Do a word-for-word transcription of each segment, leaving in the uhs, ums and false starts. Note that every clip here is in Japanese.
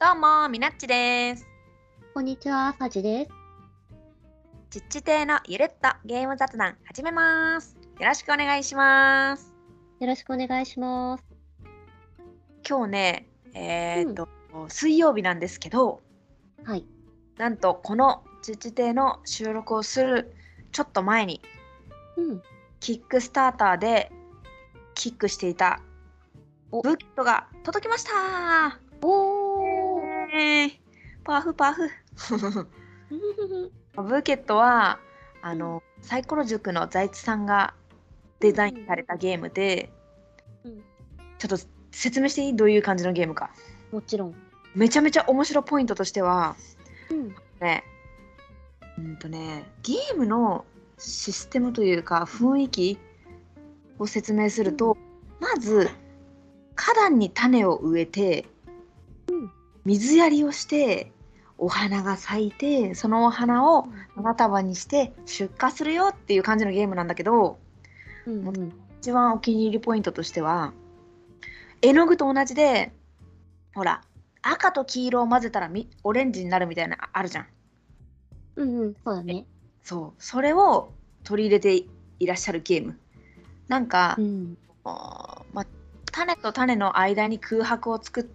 どうも、みなっちです。 こんにちは、さじです。 ちっち亭のゆるっとゲーム雑談始めます。よろしくお願いします。 よろしくお願いします。 今日ね、えー、 うん。 っと、水曜日なんですけど、 はい。 なんとこのちっち亭の収録をするちょっと前に、 うん。 キックスターターでキックしていたおブックトが届きました。 おーえー、パフパフ。ブーケットはあのサイコロ塾の財津さんがデザインされたゲームで、 うん。 ちょっと説明していい？どういう感じのゲームか。 もちろん。 めちゃめちゃ面白ポイントとしてはうん。 ね、うんとね、ゲームのシステムというか雰囲気を説明すると、まず花壇に種を植えて、 うん水やりをしてお花が咲いて、そのお花を花束にして出荷するよっていう感じのゲームなんだけど、 うんうん。 一番お気に入りポイントとしては、絵の具と同じで、ほら、赤と黄色を混ぜたらみオレンジになるみたいなあるじゃん。 うんうん。そうだね。 そう、それを取り入れていらっしゃるゲーム。なんか、 うん。 あーま、種と種の間に空白を作って、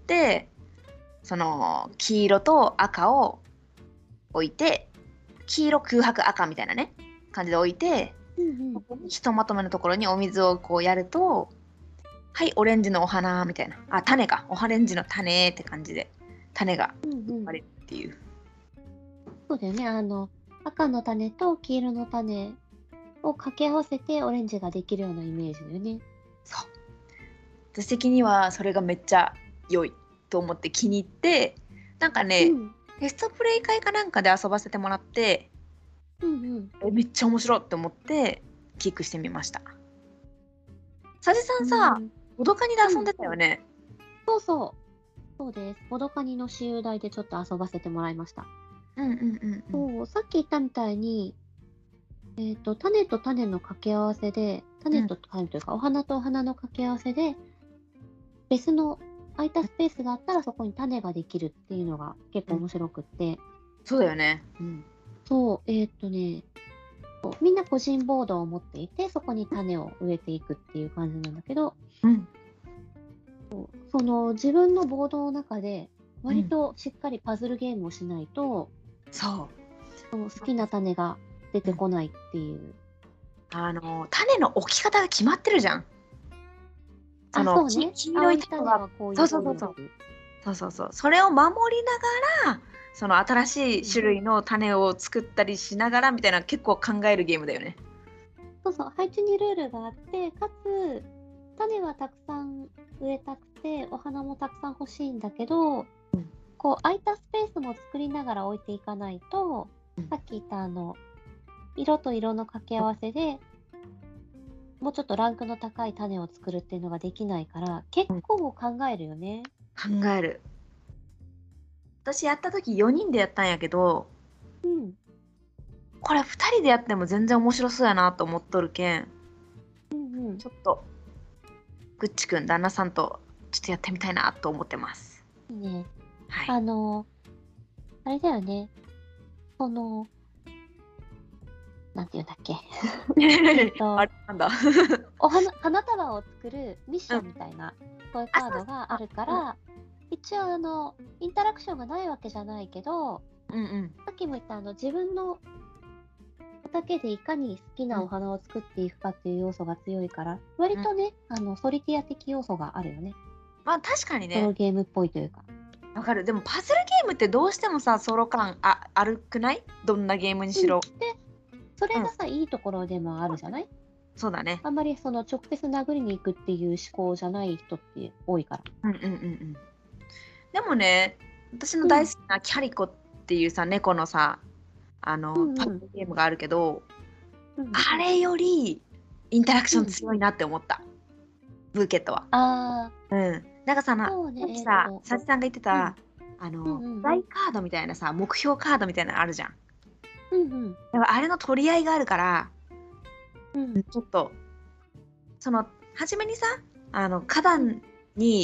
その黄色と赤を置いて、黄色空白赤みたいなね感じで置いて、 うんここにひとまとめのところにお水をこうやると、はいオレンジのお花みたいな、あ種か、オレンジの種って感じで種がうん。うんうん。 生まれるっていう。 そうだよね。あの、赤の種と黄色の種を掛け合わせてオレンジができるようなイメージだよね。 そう、私的にはそれがめっちゃ良いと思って気に入って、なんかね、 うん。 テストプレイ会かなんかで遊ばせてもらって、 うんうん。 えめっちゃ面白いって思ってキックしてみました。さじさうんさ、 ん。 ボドカニで遊んでたよね。 そうそう。そうです。ボドカニの私有台でちょっと遊ばせてもらいました。 うんうんうんうん。 そう、さっき言ったみたいに、えっと、種と種の掛け合わせで、種と種というか、お花とお花の掛け合わせで、別の空いたスペースがあったらそこに種ができるっていうのが結構面白くって、 そうだよね。うん。 そう、えっとね、こうみんな個人ボードを持っていて、そこに種を植えていくっていう感じなんだけど、 うんその自分のボードの中で割としっかりパズルゲームをしないと、 そう。 その好きな種が出てこないっていう。 あの種の置き方が決まってるじゃん。そあ、 のそうね。 黄色青い種い種が、 はこういうそうそうそうそう。 風に置く。 そうそうそう。それを守りながら、その新しい種類の種を作ったりしながらみたいな、結構考えるゲームだよね。 そうそう、配置にルールがあって、かつ、種はたくさん植えたくて、お花もたくさん欲しいんだけど、こう、空いたスペースも作りながら置いていかないと、 うんさっき言ったあの、色と色の掛け合わせで、もうちょっとランクの高い種を作るっていうのができないから、結構考えるよね。 考える。私やった時よにんでやったんやけど、 うん。 これふたりでやっても全然面白そうやなと思っとるけん、 うんうん。 ちょっとぐっちくん旦那さんとちょっとやってみたいなと思ってます。 いいね。 はい。 あの、あれだよね。その、なんていうんだっけ。えっとあれなんだ。 お花花束を作るミッションみたいな、そういうカードがあるかあそうそうら、一応あの、インタラクションがないわけじゃないけど、 うんうんさっきも言ったあの、自分の畑でいかに好きなお花を作っていくかっていう要素が強いから、割とね、あの、ソリティア的要素があるよね。 まあ確かにソロね、 ゲームっぽいというか。 わかる。でもパズルゲームってどうしてもさ、ソロ感ああるくない？どんなゲームにしろ。 で、それがさ、いいところでもあるじゃない？ そうだね。 あんまりその直接殴りに行くっていう思考じゃない人って多いから。 うんうんうんうん。でもね、私の大好きなキャリコっていうさ、猫のさ、あの、 うんうんパズルゲームがあるけど、 うんうん、 あれよりインタラクション強いなって思った。ブーケットは。 あうん。なんかさ、なそうねさっきさ、 えーとさじさんが言ってた、あうんの、 うん大カードみたいなさ、目標カードみたいなのあるじゃん。 うんうんでもあれの取り合いがあるから、 うんちょっと、その、初めにさ、あの、花壇にう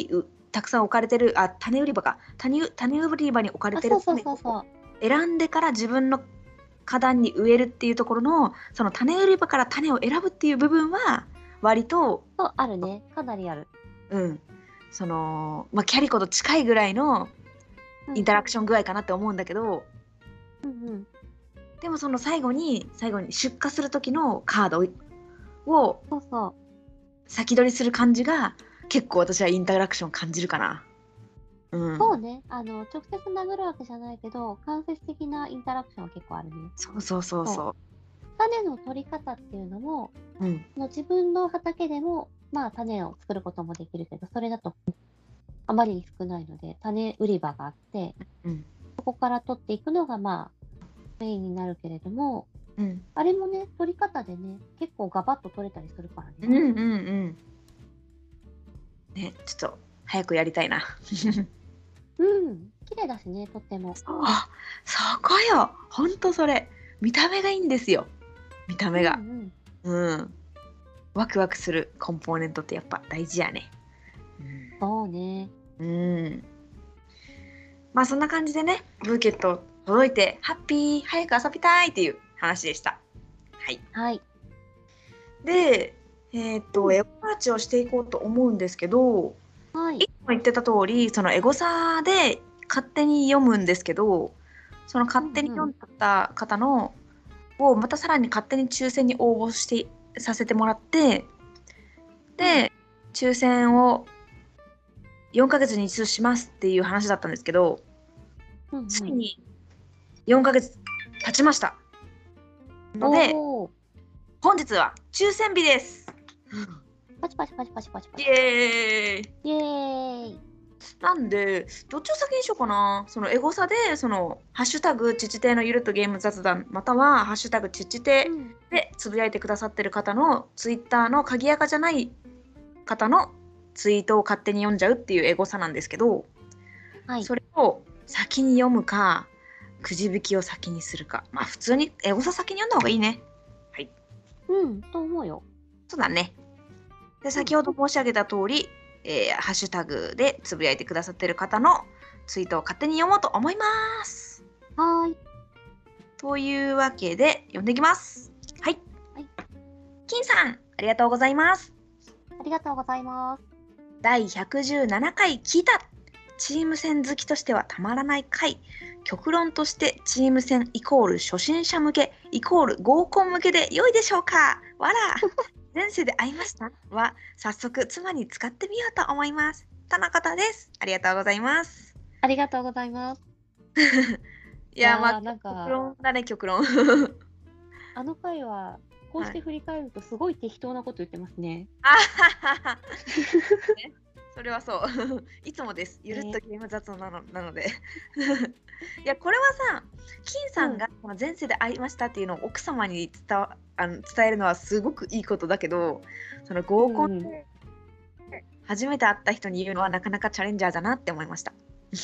たくさん置かれてる、あ、種売り場か。種う種売り場に置かれあ、 てるそうそう種をそうそう。 選んでから自分の花壇に植えるっていうところの、その種売り場から種を選ぶっていう部分は、割と、 そう、あるね。かなりある。 うん、その、まあ、キャリコと近いぐらいのうんインタラクション具合かなって思うんだけど、 うんうん。 でもその最後に、最後に出荷する時のカードをそうそう。 先取りする感じが、結構私はインタラクション感じるかな。うん。 そうね。あの、直接殴るわけじゃないけど、間接的なインタラクションは結構あるね。 そうそうそうそ種の取り方っていうのも、 う。うん。 その自分の畑でも、まあ種を作ることもできるけど、それだとあまりに少ないので、種売り場があって、 うん。 そこから取っていくのがまあメインになるけれども、 うん。 あれもね、取り方でね、結構ガバッと取れたりするからうんね。 うんうん。ね、ちょっと早くやりたいな。 うん。綺麗だしね、とっても。 そう、そこよ。ほんとそれ。見た目がいいんですよ。見た目が。 うんうん。 うん。ワクワクするコンポーネントってやっぱ大事やね。 そうね。 うん。うん。まあそんな感じでね、ブーケット届いて、ハッピー、早く遊びたいっていう話でした。はい。 はい。 で、えっと、エゴサーチをしていこうと思うんですけど、 はい。 いつも言ってた通り、そのエゴサで勝手に読むんですけど、その勝手に読んだ方のをまたさらに勝手に抽選に応募してさせてもらって、で、抽選をよんかげつに一度しますっていう話だったんですけど、 うんうんついによんかげつ経ちました。ので、 おー本日は抽選日です。 パチパチパチパチパチパイチ。 エーイ。 イエーイ。 なんで、どっちを先にしようかな。そのエゴサで、その、ハッシュタグ、ちちてのゆるっとゲーム雑談、または、ハッシュタグ、ちちてうんでつぶやいてくださってる方の、ツイッターの鍵垢じゃない方のツイートを勝手に読んじゃうっていうエゴサなんですけど、 はい。 それを先に読むか、くじ引きを先にするか。まあ、普通にエゴサ先に読んだ方がいいね。はい。 うん、と思うよ。 そうだね。で、先ほど申し上げた通り、えーハッシュタグでつぶやいてくださってる方のツイートを勝手に読もうと思います。 はーい。 というわけで、読んでいきます。はい。 はい。 金さん、ありがとうございます。 ありがとうございます。 だいひゃくじゅうななかい聞いた。チーム戦好きとしてはたまらない回。極論としてチーム戦イコール初心者向けイコール合コン向けで良いでしょうか。わら。前世で会いましたは早速妻に使ってみようと思います。田中です。ありがとうございます。 ありがとうございます。 いや、まあ、 なんか極論だね、極論。 あの回は、こうして振り返るとすごい適当なこと言ってますね。 あははは、ね、それはそう。いつもです。ゆるっとゲーム雑談なの、なので。いや、これはさ、金さんがこの前世で会いましたっていうのを奥様に伝わあの伝えるのはすごくいいことだけど、その合コンで初めて会った人に言うのはなかなかチャレンジャーだなって思いました。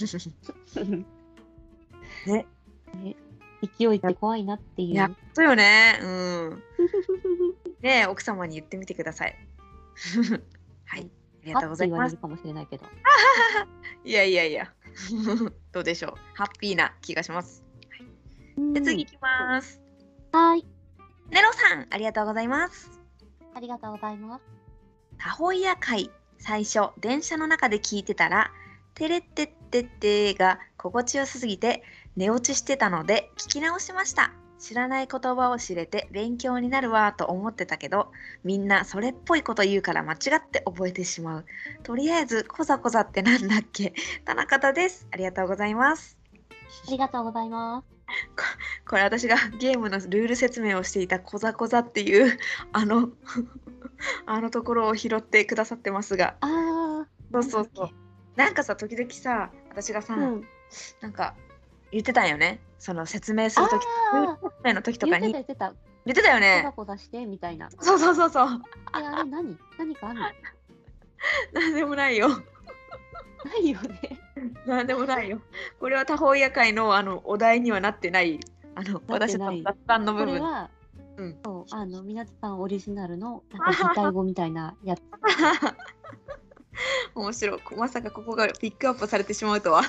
ね。 勢いって怖いなっていう。 いや、そうよね。うん。ねえ、奥様に言ってみてください。はい。ありがとうございます。 ハッピーは言うかもしれないけど。 いやいやいや。どうでしょう。ハッピーな気がします。で、次いきます。 はい。 ネロさん、ありがとうございます。 ありがとうございます。 タホイヤ会、最初、電車の中で聞いてたら、テレッテッテッテが心地よすぎて寝落ちしてたので聞き直しました。知らない言葉を知れて勉強になるわと思ってたけど、みんなそれっぽいこと言うから間違って覚えてしまう。とりあえず、こざこざってなんだっけ。田中です。ありがとうございます。 ありがとうございます。 こ, これ私がゲームのルール説明をしていたこざこざっていうあのあのところを拾ってくださってますが、 ああ、 そうそうそう。なんかさ、時々さ、私がさ、 うん、 なんか言ってたんよね。その説明するとき、説明の時とかに言ってた言ってたよこざね。 こざしてみたいな。 そうそうそうそう。 え、あれ何何かあるの？ なんでもないよ。 ないよね。 なんでもないよ。これは多方夜会のあのお題にはなってない。あの私の雑談の部分。 これは、 うん、 そうあの皆さんオリジナルのなんか擬態語みたいなやつ。 面白い。まさかここがピックアップされてしまうとは。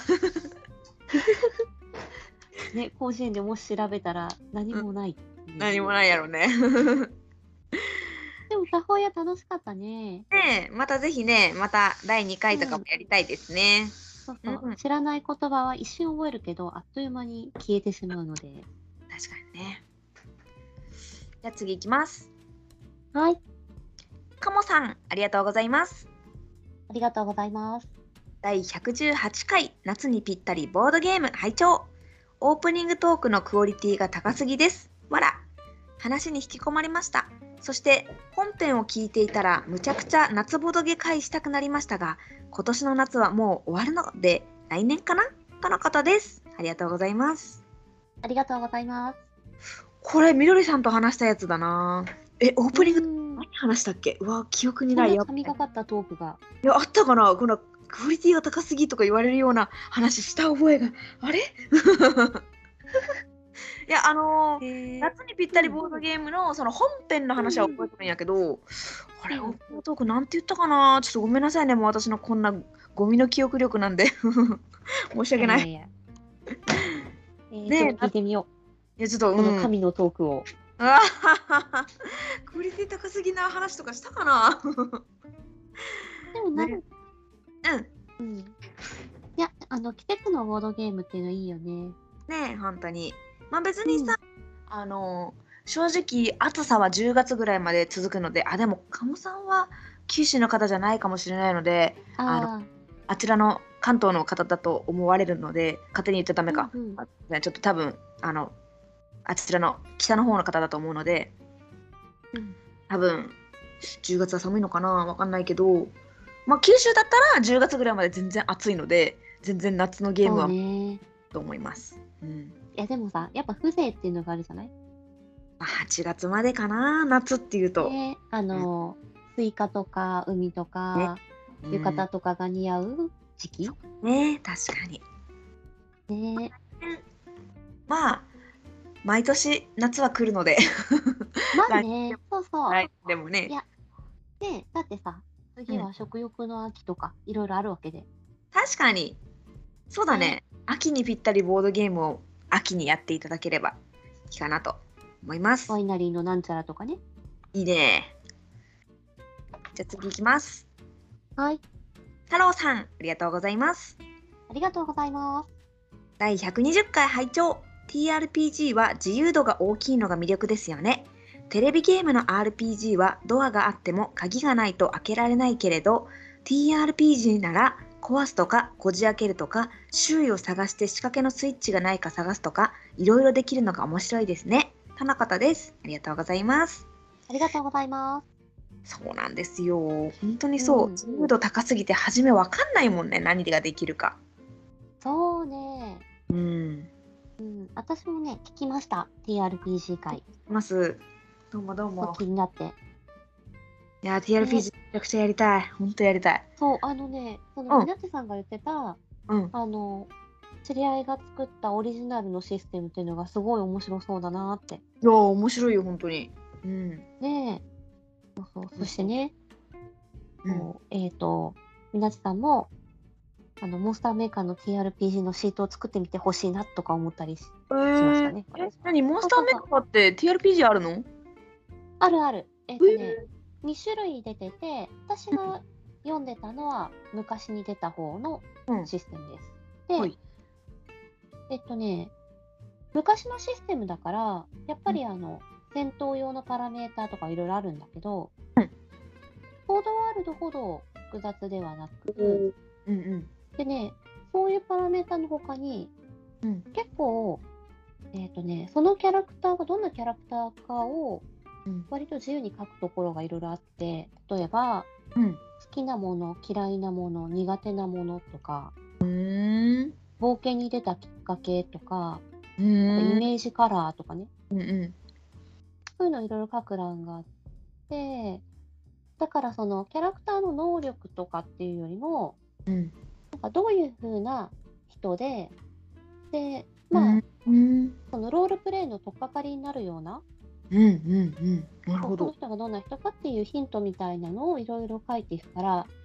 ね、広辞苑でもし調べたら何もないっていう。 何もないやろね。 でも、母親楽しかったね。 ねえ、またぜひね、まただいにかいとかもやりたいですね。 そうそう、 うん、 知らない言葉は一瞬覚えるけど、あっという間に消えてしまうので。 確かにね。じゃあ次いきます。 はい、 かもさん、ありがとうございます。 ありがとうございます。 だいひゃくじゅうはちかい夏にぴったりボードゲーム拝聴。オープニングトークのクオリティが高すぎです。わら。話に引き込まれました。そして本編を聞いていたらむちゃくちゃ夏ボドゲ会したくなりましたが、今年の夏はもう終わるので来年かなとのことです。ありがとうございます。 ありがとうございます。 これみどりさんと話したやつだな。え、オープニングうん何話したっけ？うわ、記憶にそんない。やな神がかったトークが。 いや、あったかな、このクオリティが高すぎとか言われるような話した覚えが。あれいや、あのーへえ。 夏にぴったりボードゲームのその本編の話は覚えてるんやけど、あれ、 うんオープニングトークなんて言ったかな、ちょっとごめんなさいね、もう私のこんなゴミの記憶力なんで。申し訳ない。いいやいやいや。えー、 ねえちょっと聞いてみよや、ちょっと、 う。こうん。 の神のトークを。 うわクオリティ高すぎな話とかしたかな。 でもなん、 ねうん。 うん。いや、あの、季節のボードゲームっていうのいいよね。 ねえ、本当に。まあ別にさ、あの正直暑さはじゅうがつぐらいまで続くので、あ、でも鴨さんは九州の方じゃないかもしれないので、あのああちらの関東の方だと思われるので、勝手に言っちゃダメか。 うんうんあねちょっと多分あのあちらの北の方の方だと思うので、 うん多分じゅうがつは寒いのかな、わかんないけど、まあ九州だったらじゅうがつぐらいまで全然暑いので、全然夏のゲームそうはね。 と思います。うんいや、でもさ、やっぱ風情っていうのがあるじゃない？ まあはちがつまでかな、夏っていうと。 ね、あの、スイカとか海とか、 うん浴衣とかが似合う時期ね、確かに。 ね。 まあ、毎年夏は来るので、 まあね、そうそう。 はい、でもいね、 や、ね、だってさ、次は食欲の秋とかいろいろあるわけで。 確かに、そうだね、秋にぴったりボードゲームを秋にやっていただければいいかなと思います。 ワイナリーのなんちゃらとかね。 いいね。じゃあ次いきます。 はい。 太郎さん、ありがとうございます。 ありがとうございます。 だいひゃくにじゅっかい拝聴。ティーアールピージー は自由度が大きいのが魅力ですよね。テレビゲームの アールピージー はドアがあっても鍵がないと開けられないけれど、ティーアールピージー なら壊すとかこじ開けるとか周囲を探して仕掛けのスイッチがないか探すとかいろいろできるのが面白いですね。田中方です。ありがとうございます。 ありがとうございます。 そうなんですよ。本当にそう。 うん自由度高すぎて初めわかんないもんね。何ができるか。 そうね。 うん。 うん、私もね、聞きました。ティーアールピージー 会。 ます。どうもどうも。 気になって。 いや、ティーアールピージー めちゃくちゃやりたい。本当やりたい。 そう、あのね、そうんのみなちさんが言ってた、 うん。 あの、知り合いが作ったオリジナルのシステムっていうのがすごい面白そうだなって。 いや、面白いよ、本当に。うん。 ねえ。そうそう。そしてね、 うん。 こうえっと、みなちさんも、あの、モンスターメーカーの ティーアールピージー のシートを作ってみてほしいなとか思ったりし、 えしましたね。 え、何モンスターメーカーって ティーアールピージー あるの？ あるある。えっ、とね、 えに種類出てて、私が読んでたのは昔に出た方のうん。 システムです。で、 はいえっとね、昔のシステムだから、やっぱりあの、戦闘用のパラメーターとかいろいろあるんだけど、 うんコードワールドほど複雑ではなく、 うんうん。 でね、そういうパラメータの他に、 うん結構、えっ、とね、そのキャラクターがどんなキャラクターかをうん割と自由に書くところがいろいろあって、例えば、 うん。 好きなもの、嫌いなもの、苦手なものとか、 うーん。 冒険に出たきっかけとか、 うイーん。 メージカラーとかね、 うんうそういうのいろいろ書く欄があって、だからそのキャラクターの能力とかっていうよりも、 ん。うん。 なんかどういう風な人で、で、まあ、 うん。 そのロールプレイの取っかかりになるような、 うんうんうん。なるほど。 この人がどんな人かっていうヒントみたいなのをいろいろ書いていくから、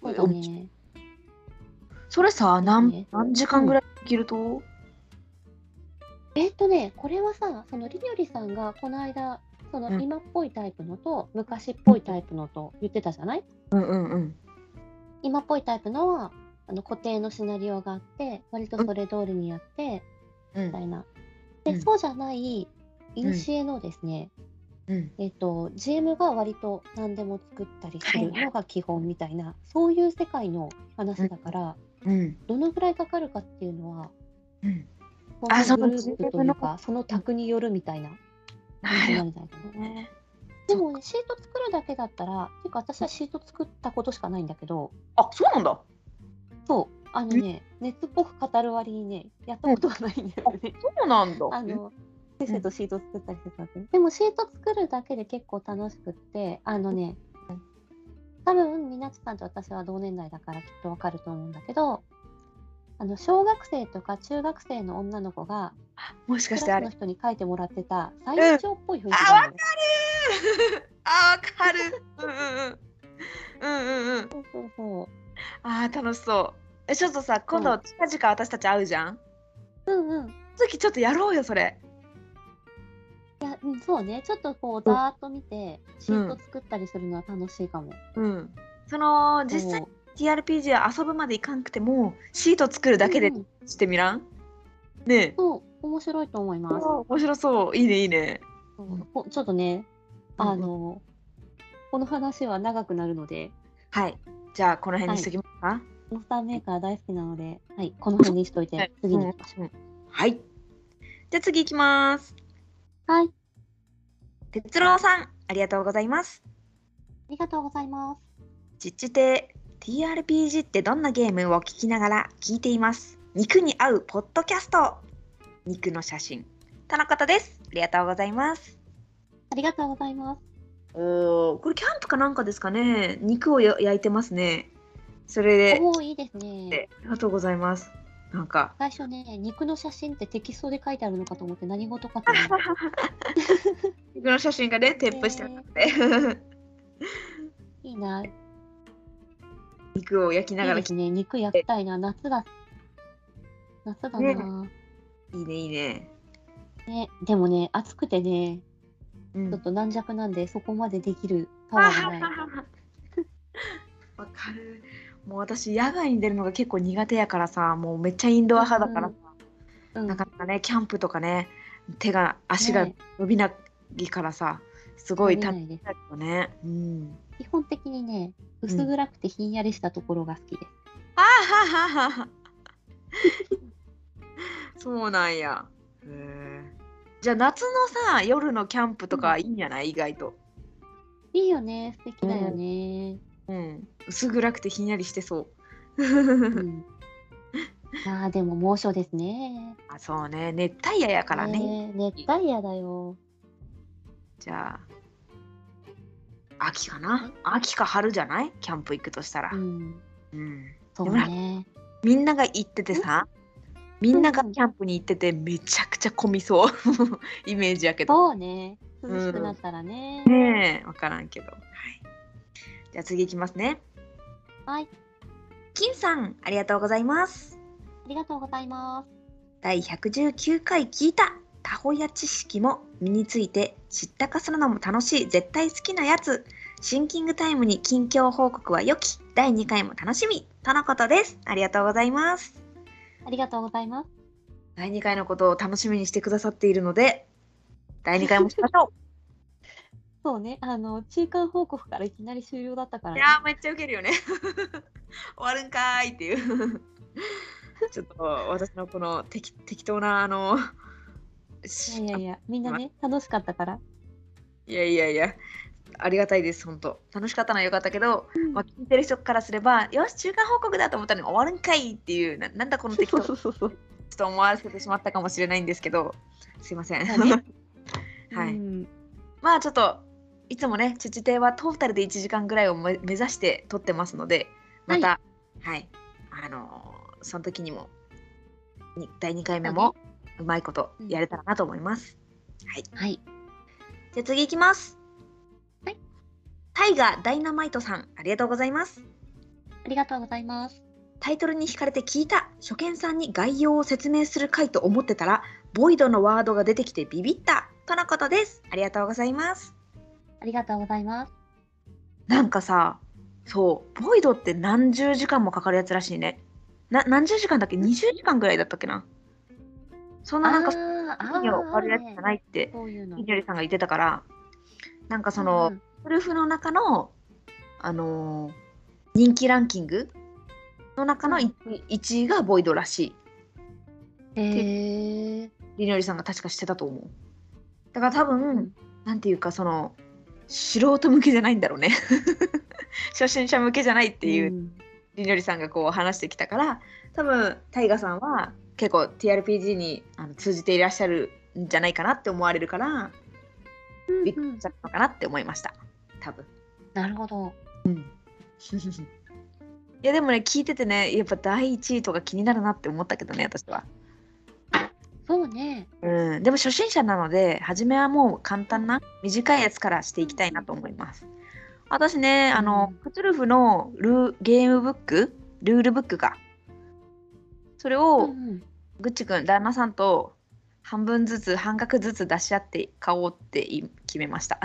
そうだね。 それさ、 です何ね。 何時間ぐらいできると？ えっとね、これはさ、そのりにょりさんがこの間、そのうん今っぽいタイプのと昔っぽいタイプのと言ってたじゃない？ うんうんうん今っぽいタイプのは、あの固定のシナリオがあって、割とそれ通りにやって、 うんみたいな。で、 うんそうじゃない、いうんにしえのですね、 うんえっと、ジーエム が割と何でも作ったりすはいるのが基本みたいな、そういう世界の話だから、 うんどのぐらいかかるかっていうのは、 うんそあ、そののグループというか、その卓によるみたいな感じにななるるんじゃないかな。 ほどね。 でもね、シート作るだけだったら、ていうか私はシート作ったことしかないんだけど、 あ、そうなんだ。 そう、あのね、熱っぽく語る割にね、やったことはないんだよね。 そうなんだ。 あの、先生とシート作ったりしてたんで、でもシート作るだけで結構楽しくって、あのねうん、 多分みなちさんと私は同年代だからきっとわかると思うんだけど、あの小学生とか中学生の女の子がもしかクしてあれ。 ラスの人に書いてもらってたサイン帳っぽい雰囲気あ、わかがあるのよ。 る。あ、わかる。うんうんうんうんうんうん。 そうそうそう。 あー、楽しそう。え、ちょっとさ、今度近々私たち会うじゃん。 うんうん。い次ちょっとやろうよそれ。 や、うん、そうね。ちょっとこう、ざーっと見て、シート作ったりするのは楽しいかも。 うん。その実際 ティーアールピージー 遊ぶまでいかんくてもシート作るだけでうんうんしてみらん？ねえ。 そう、面白いと思います。 面白そう。いいねいいね。 そうこちょっとね、 うんうんあの、この話は長くなるので、 はい。じゃあこの辺にしときますか。 モンスターメーカー大好きなので、はい、この辺にしといて、次に行きましょう。 うんうんはい。じゃあ次行きます。 はい、 哲郎さん、ありがとうございます。 ありがとうございます。 実地亭 ティーアールピージー ってどんなゲームを聞きながら聞いています。肉に合うポッドキャスト。肉の写真。田中です。ありがとうございます。 ありがとうございます。 おー、これキャンプかなんかですかね。肉をや焼いてますね。それで、 おお、いいですね。 ありがとうございます。なんか、 最初ね、肉の写真ってテキストで書いてあるのかと思って何事かと思って。 肉の写真がね、添付してあって、 いいな。い肉を焼きないがらですね。肉焼きたいな。夏だ。夏だな。ね、 いいねいいね。 でもね、暑くてね、 うんちょっと軟弱なんで、そこまでできるパワーがない。 わかる。もう私野外に出るのが結構苦手やからさ、もうめっちゃインドア派だからさ、 うん、 なかなかねキャンプとかね、手が足がね伸びないからさ、すごい楽しい伸びないですよね。うん。 基本的にね、薄暗くてひんやりしたところが好きです。 あはははは。そうなんや。へえ。じゃあ夏のさ夜のキャンプとかいいんじゃない？意外と。 いいよね、素敵だよね。 うん。薄暗くてひんやりしてそう。 うん。まあでも猛暑ですね。 あ、そうね。熱帯夜やからね。 ねえ熱帯夜だよ。 じゃあ秋かな？秋か春じゃない？キャンプ行くとしたら。 ううん。 ん。 でそうもなね。 みんなが行っててさ、みんながキャンプに行っててめちゃくちゃ混みそうイメージやけど。 そうね。涼しくなったらね。 ねえ、わからんけど。はい。じゃあ次行きますね。 はい。 金さん、ありがとうございます。 ありがとうございます。 だいひゃくじゅうきゅうかい聞いた。タホや知識も身について知ったかするのも楽しい。絶対好きなやつ。シンキングタイムに近況報告は良き。だいにかいも楽しみ。とのことです。ありがとうございます。 ありがとうございます。 だいにかいのことを楽しみにしてくださっているので、だいにかいもしましょう。 そうね。あの、中間報告からいきなり終了だったからいね。 やーめっちゃウケるよね。終わるんかーいっていう。ちょっと私のこの適適当なあの。 いやいやいや、みんなね、楽しかったから。 いやいやいや、ありがたいです、本当。楽しかったのは良かったけど、 うんまあ、聞いてる人からすれば、よし、中間報告だと思ったのに終わるんかいっていう、な、なんだこの適当、ちょそうそうそう。 っと思わせてしまったかもしれないんですけど、すいません。 だねはい。 うんまあちょっと、いつもね、チュチテはトータルでいちじかんぐらいをめ目指して撮ってますので、また、はい、あのーその時にも、にだいにかいめもうまいことやれたらなと思います。はい。 はい。 じゃあ次いきます。 はい。 タイガーダイナマイトさん、ありがとうございます。 ありがとうございます。 タイトルに惹かれて聞いた。初見さんに概要を説明する回と思ってたら、ボイドのワードが出てきてビビった。とのことです。ありがとうございます。 ありがとうございます。 なんかさ、そう、ボイドって何十時間もかかるやつらしいね。な何十時間だっけ ?にじゅう 時間ぐらいだったっけな。そんななんか、 あーに終あー、 わるやつじゃあるね。 ないって、 そういうの。 みどりさんが言ってたから、なんかそうんの、 うんウルフの中の、あのー人気ランキングの中のうんいちいがボイドらしい。 へえ。 りのりさんが確かしてたと思う。だから多分、 うんなんていうかその素人向けじゃないんだろうね。初心者向けじゃないっていう、 うんりのりさんがこう話してきたから、多分タイガさんは結構 ティーアールピージー にあの通じていらっしゃるんじゃないかなって思われるから、 うんびっくりしちゃったのかなって思いました。多分。 なるほど。 いやでもね、聞いててね、やっぱだいいちいとか気になるなって思ったけどね、私は。 そうね。 うん、でも初心者なので、初めはもう簡単な短いやつからしていきたいなと思います。私ね、あの、 うんクトゥルフのルーゲームブック、ルールブックか。それうを、 んうんぐっちくん、旦那さんと半分ずつ、半額ずつ出し合って買おうってい決めました。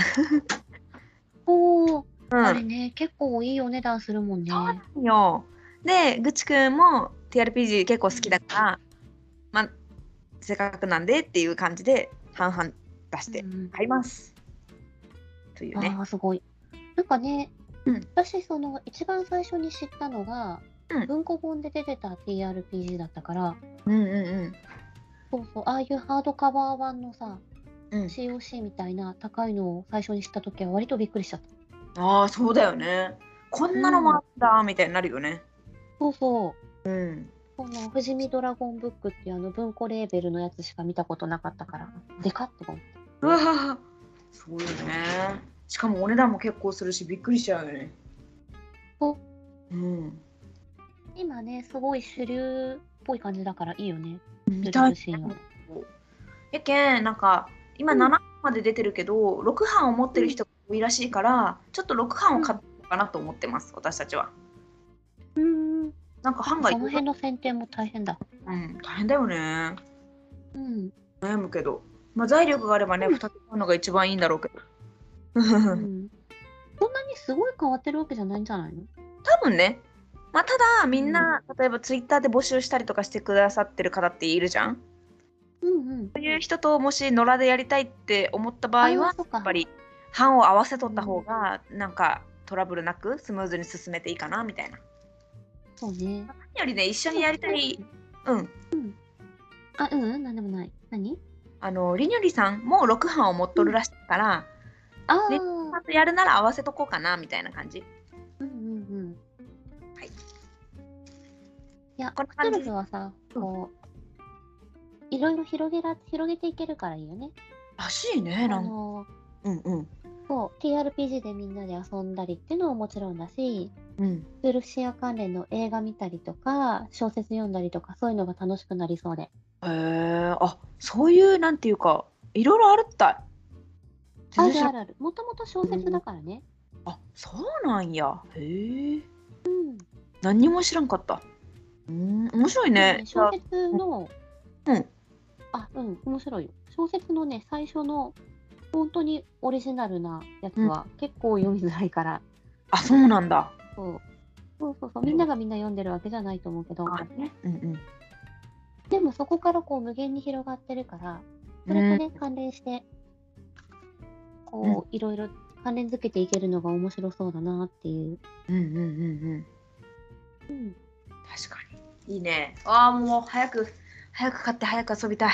おー、 うん。 あれね、結構いいお値段するもんね。 いいよ。で、ぐっちくんも ティーアールピージー 結構好きだから、まあ、せっかくなんでっていう感じで半々出してうんうん買います。というね。 ああ、すごい。なんかね、 うん私、その、一番最初に知ったのが、 うん文庫本で出てた ティーアールピージー だったから、 うんうんそうそう、ああいうハードカバー版のさ、 うん。うん、 シーオーシー みたいな高いのを最初に知ったときは割とびっくりしちゃった。 ああ、そうだよね。こんなのもあったみたいになるよね。 そうそう。 うん。 この富士見ドラゴンブックっていうあの文庫レーベルのやつしか見たことなかったから、でかって思って。 うわー、そうよね。しかもお値段も結構するし、びっくりしちゃうよね。 そううん。 今ね、すごい主流っぽい感じだからいいよね。 見たい。 シーンは。 やけん、なんか、今うんななまで出てるけど、ろくはんを持ってる人が多いらしいから、ちょっとろくはんを買ってみようかなと思ってます、私たちは。 うーん。 なんか版がその辺の選定も大変だ。 うん、大変だよね。 うん。 悩むけど。まあ、財力があればね、 うんふたつ買うのが一番いいんだろうけど。 うん。そんなにすごい変わってるわけじゃないんじゃないの？ 多分ね。まあ、ただ、みんな、例えばツイッターで募集したりとかしてくださってる方っているじゃん。 うんうん。 そういう人ともし野良でやりたいって思った場合は、 あーそっかやっぱり版を合わせとった方が、なんかトラブルなくスムーズに進めていいかなみたいな。 そうね。 何よりね、一緒にやりたい、うん。 あ、うんうん、なんでもない。何？ あの、りにょりさんもろくはんを持っとるらしいから、 ああ。 でちゃんとやるなら合わせとこうかなみたいな感じ。 うんうんうん。 はい。 いや、クこんな感じトゥルフはさ、こう、いろいろ広げら、広げていけるからいいよね。 らしいね、 あなんか。 の、 うんうん。 そう、ティーアールピージー でみんなで遊んだりっていうのももちろんだし、 うん。 クトゥルフシア関連の映画見たりとか、小説読んだりとか、そういうのが楽しくなりそうで。 へえ、あ、そういう、なんていうか、いろいろあるったい。 あ全然知らるあるある。もともと小説だからね。 あ、そうなんや。へえ。 うん。 何にも知らんかった。うん、面白いそうね。 ね小説の、 うん。 あ、うん、面白いよ。小説のね、最初の、本当にオリジナルなやつは結構読みづらいから、 あ、そうなんだ。 そうそうそうそう、みんながみんな読んでるわけじゃないと思うけど、 あね。うんうん。 でもそこからこう無限に広がってるから、それとね、関連して、こう、いろいろ関連づけていけるのが面白そうだなっていう。 うんうんうんうん。 うん。 確かに。いいね。ああ、もう早く、早く買って早く遊びたい。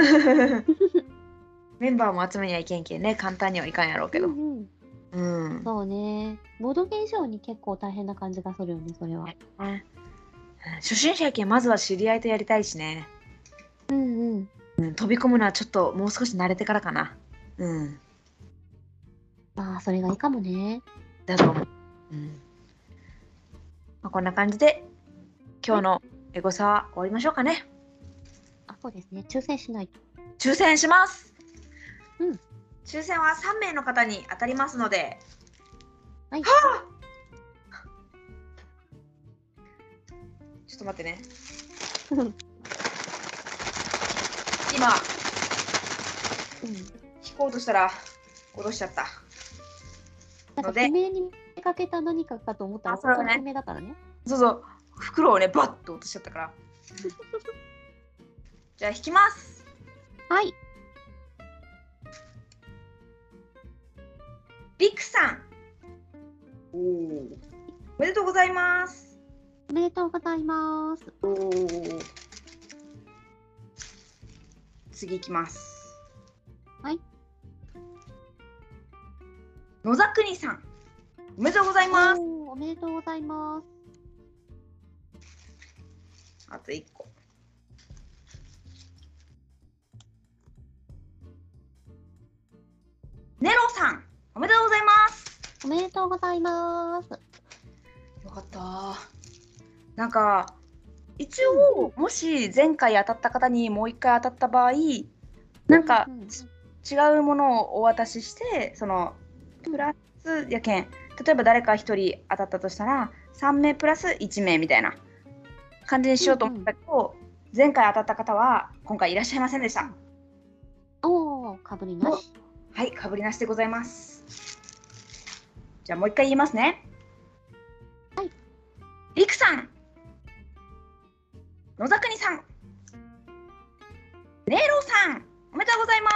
メンバーも集めにはいけんけんね、簡単にはいかんやろうけど。 うんうん、 うん。 そうね。ボードゲー以上に結構大変な感じがするよね、それは。 ね初心者やけん、まずは知り合いとやりたいしね。 うんうん。 うん、飛び込むのはちょっともう少し慣れてからかな。うん。 まあ、それがいいかもね。 だと思う。うん。まあ、こんな感じで、今日のエゴサは終わりましょうかね。 あ、そうですね。抽選しないと。 抽選します。 うん。 抽選はさんめいの方に当たりますので。 はい。 はあちょっと待ってね。 うん。 今、引こうとしたら、戻しちゃった。 なんかので悲鳴に見かけた何かかと思ったら、 あそれはね本当に悲鳴だったらね。 そうそう、袋をね、バッと落としちゃったから。じゃあ引きます。 はい。 リクさん。おお。おめでとうございます。 おめでとうございます。 おお。次行きます。 はい。 野沢国さん。おめでとうございます。 おー、おめでとうございます。 あといっこ。ネロさん。おめでとうございます。 おめでとうございます。 よかった。なんか一応、もし前回当たった方にもう一回当たった場合、なんかうんうん違うものをお渡しして、そのプラスやけん、例えば誰か一人当たったとしたらさんめいプラスいちめいみたいな感じにしようと思ったけど、前回当たった方は今回いらっしゃいませんでした。 おー、かぶりなし。 はい、かぶりなしでございます。じゃあもう一回言いますね。 はい。 りくさん、野沢国さん、ネイローさん、おめでとうございます。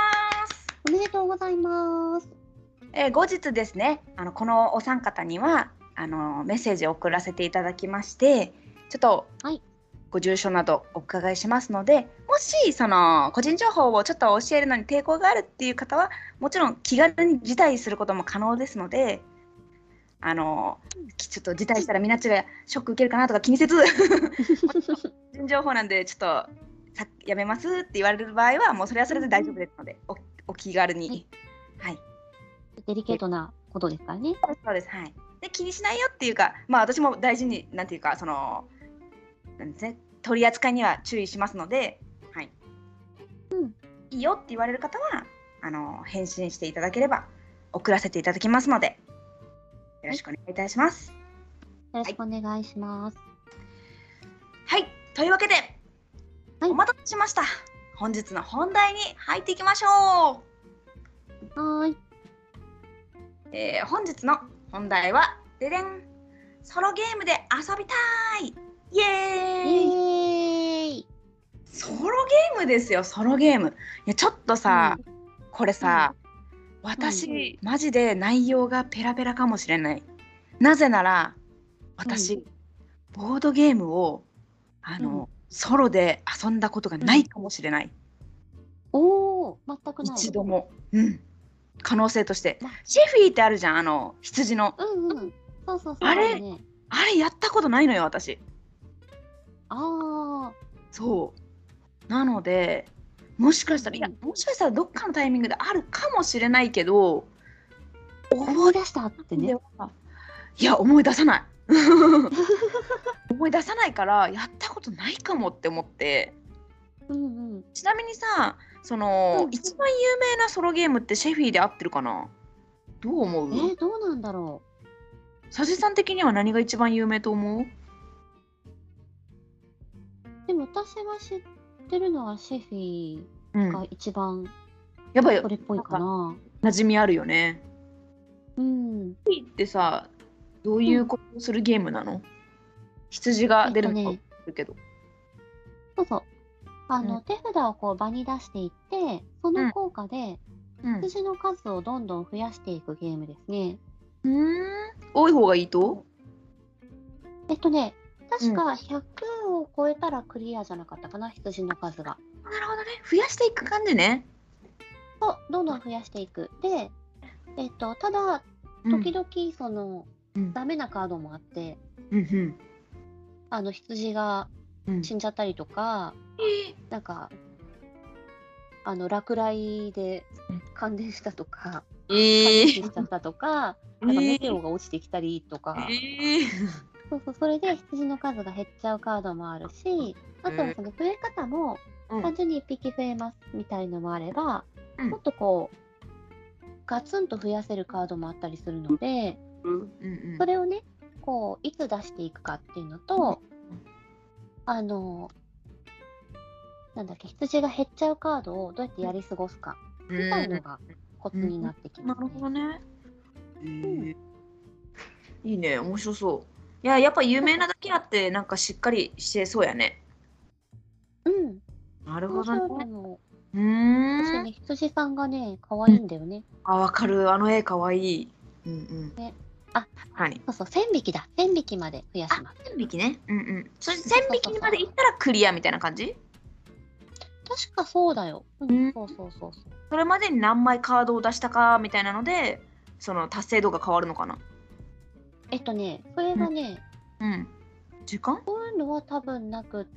おめでとうございます。 えー後日ですね、あのこのお三方にはあのメッセージを送らせていただきまして、ちょっとはい。 ご住所などお伺いしますので、もしその個人情報をちょっと教えるのに抵抗があるっていう方は、もちろん気軽に辞退することも可能ですので、あのちょっと辞退したらみんなちがショック受けるかなとか気にせず個人情報なんでちょっとさやめますって言われる場合はもうそれはそれで大丈夫ですので、おお気軽に、はい、 デリケートなことですからね。 そうです、はい。で気にしないよっていうか、まあ私も大事になんていうかそのなんですね、取り扱いには注意しますので、はい。 うん。 いいよって言われる方はあの返信していただければ送らせていただきますので、よろしくお願いいたします。 よろしくお願いします。 はい、というわけで、 はいお待たせしました。本日の本題に入っていきましょう。 はーい。 えー本日の本題はででん、ソロゲームで遊びたい、イエイーイ。 エーイ。 ソロゲームですよ、ソロゲーム。いやちょっとさ、これさ、私、マジで内容がペラペラかもしれない。なぜなら私、ボードゲームをあの、 うんソロで遊んだことがないかもしれない。 おー、全くない。 一度も。うん。可能性としてま。 シェフィーってあるじゃん、あの羊の。 うんうん。そうそうそう。 あれるね。 あれやったことないのよ、私。 あそう。なので、もしかしたら、いや、もしかしたらどっかのタイミングであるかもしれないけど、 ー、思い出したってね。 いや、思い出さない。思い出さないからやったことないかもって思って。 うんうん。 ちなみにさ、その、 うん一番有名なソロゲームってシェフィーで合ってるかな？どう思う？ えー、どうなんだろ佐治さん的には何が一番有名と思う？ う。でも私が知ってるのはシェフィうんーが一番やっぱりそれっぽいかな。 馴染みあるよね。 うん。 シェフィーってさ、どういうことをするゲームなの？羊が出るのかえっとねるけど。 そうそう。あの、 うん手札をこう場に出していって、その効果でうん。 羊の数をどんどん増やしていくゲームですね。 うーん。多い方がいいと？ えっとね、確かひゃくを超えたらクリアじゃなかったかな、羊の数が。 なるほどね。増やしていく感じね。 と、どんどん増やしていく。で、えっと、ただ、 うん時々、その、 うんダメなカードもあって、 うんあの、羊がうん。 死んじゃったりとか、なんか、あの、落雷で感電したとか、 え感電死しちゃったとか、 えなんかメテオが落ちてきたりとか、 えーそうそう、それで羊の数が減っちゃうカードもあるし、あとはその増え方も、 うん単純にいっぴき増えますみたいのもあれば、 うんもっとこう、ガツンと増やせるカードもあったりするので、 うんうんそれをね、こう、いつ出していくかっていうのと、 あの、なんだっけ、羊が減っちゃうカードをどうやってやり過ごすか、みたいのがコツになってきますなるほどね。 ね。へえいいね、面白そう。いや、やっぱ有名なだけあって、なんかしっかりしてそうやね。 うん。 なるほど面白いとね。 思うう。私ーん。 ね、羊さんがね、可愛いんだよね。 あ、わかる。あの絵かわいい。うんうん。 ね。あ、 確かに。 そうそう、せんびきだ。せんびきまで増やしあ、 ます。 せんびきね。うんうん。それ1000 そうそうそうそう。 匹までいったらクリアみたいな感じ？ 確かそうだよ。う、 うんん。 そうそうそうそう。 それまでに何枚カードを出したかみたいなので、その達成度が変わるのかな。 えっとね、それがね、 うん。時間？ そういうのは多分なくって、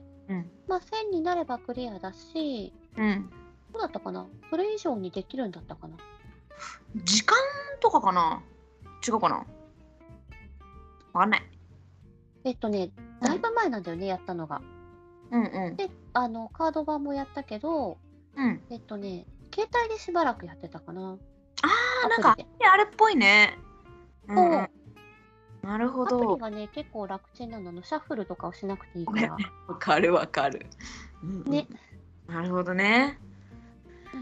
うん。 まあせんになればクリアだし、 うん。 どうだったかな、それ以上にできるんだったかな。 時間とかかな？違うかな？わかんない。 えっとね、だいぶ前なんだよね、やったのが。 うんうん。 で、あの、カード版もやったけど、 うん。 えっとね、携帯でしばらくやってたかな。 ああ、なんかアプリで。 あれっぽいね。うんうん。 そう。 なるほアプリど。 がね、結構楽ちんなの。あのシャッフルとかをしなくていいかねら。 わかるわかる。うんうんね。 なるほどね。 うん。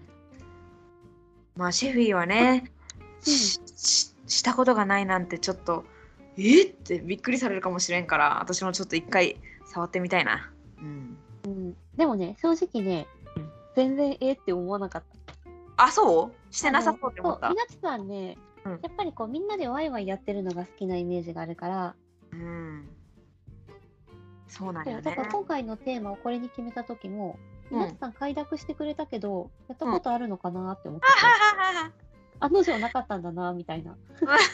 まあシェフィーはね、 うん。 しししたことがないなんてちょっとえってびっくりされるかもしれんから私もちょっと一回触ってみたいな。うん。 うん。でもね、正直ね、 うん全然えーって思わなかった。 あ、そうしてなさあの、そう、 そうって思ったみなちさんね、 うんやっぱりこうみんなでワイワイやってるのが好きなイメージがあるから、 うん。そうなんそう、 よね。 だから今回のテーマをこれに決めた時も、みなちさん快諾してくれたけど、やったことあるのかなって思ってて、案の定なかったんだな、みたいな。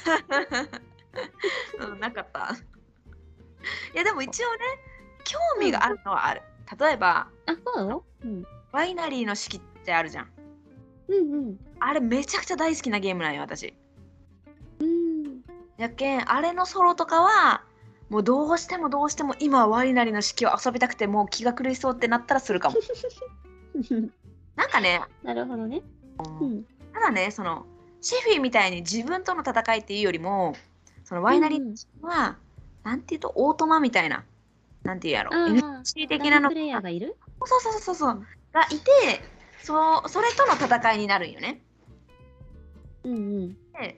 うん、なかった。いやでも一応ね、興味があるのはある。例えば、 あ、そうなの？うん。 ワイナリーの式ってあるじゃん。 うんうん。 あれめちゃくちゃ大好きなゲームなんよ、私。 うーん。 やけん、あれのソロとかは、もうどうしてもどうしても今はワイナリーの式を遊びたくてもう気が狂いそうってなったらするかも。なんかね、 なるほどね。うん。 ただね、そのシェフィーみたいに自分との戦いっていうよりも、そのワイナリーうんうん。 は、なんていうと、オートマみたいな、なんていうやろ、 ああ、 エヌピーシー 的なのダブプレイヤーがいる？ そうそうそうそう、 うんがいて、そうそれとの戦いになるんよね。 うんうん。 で、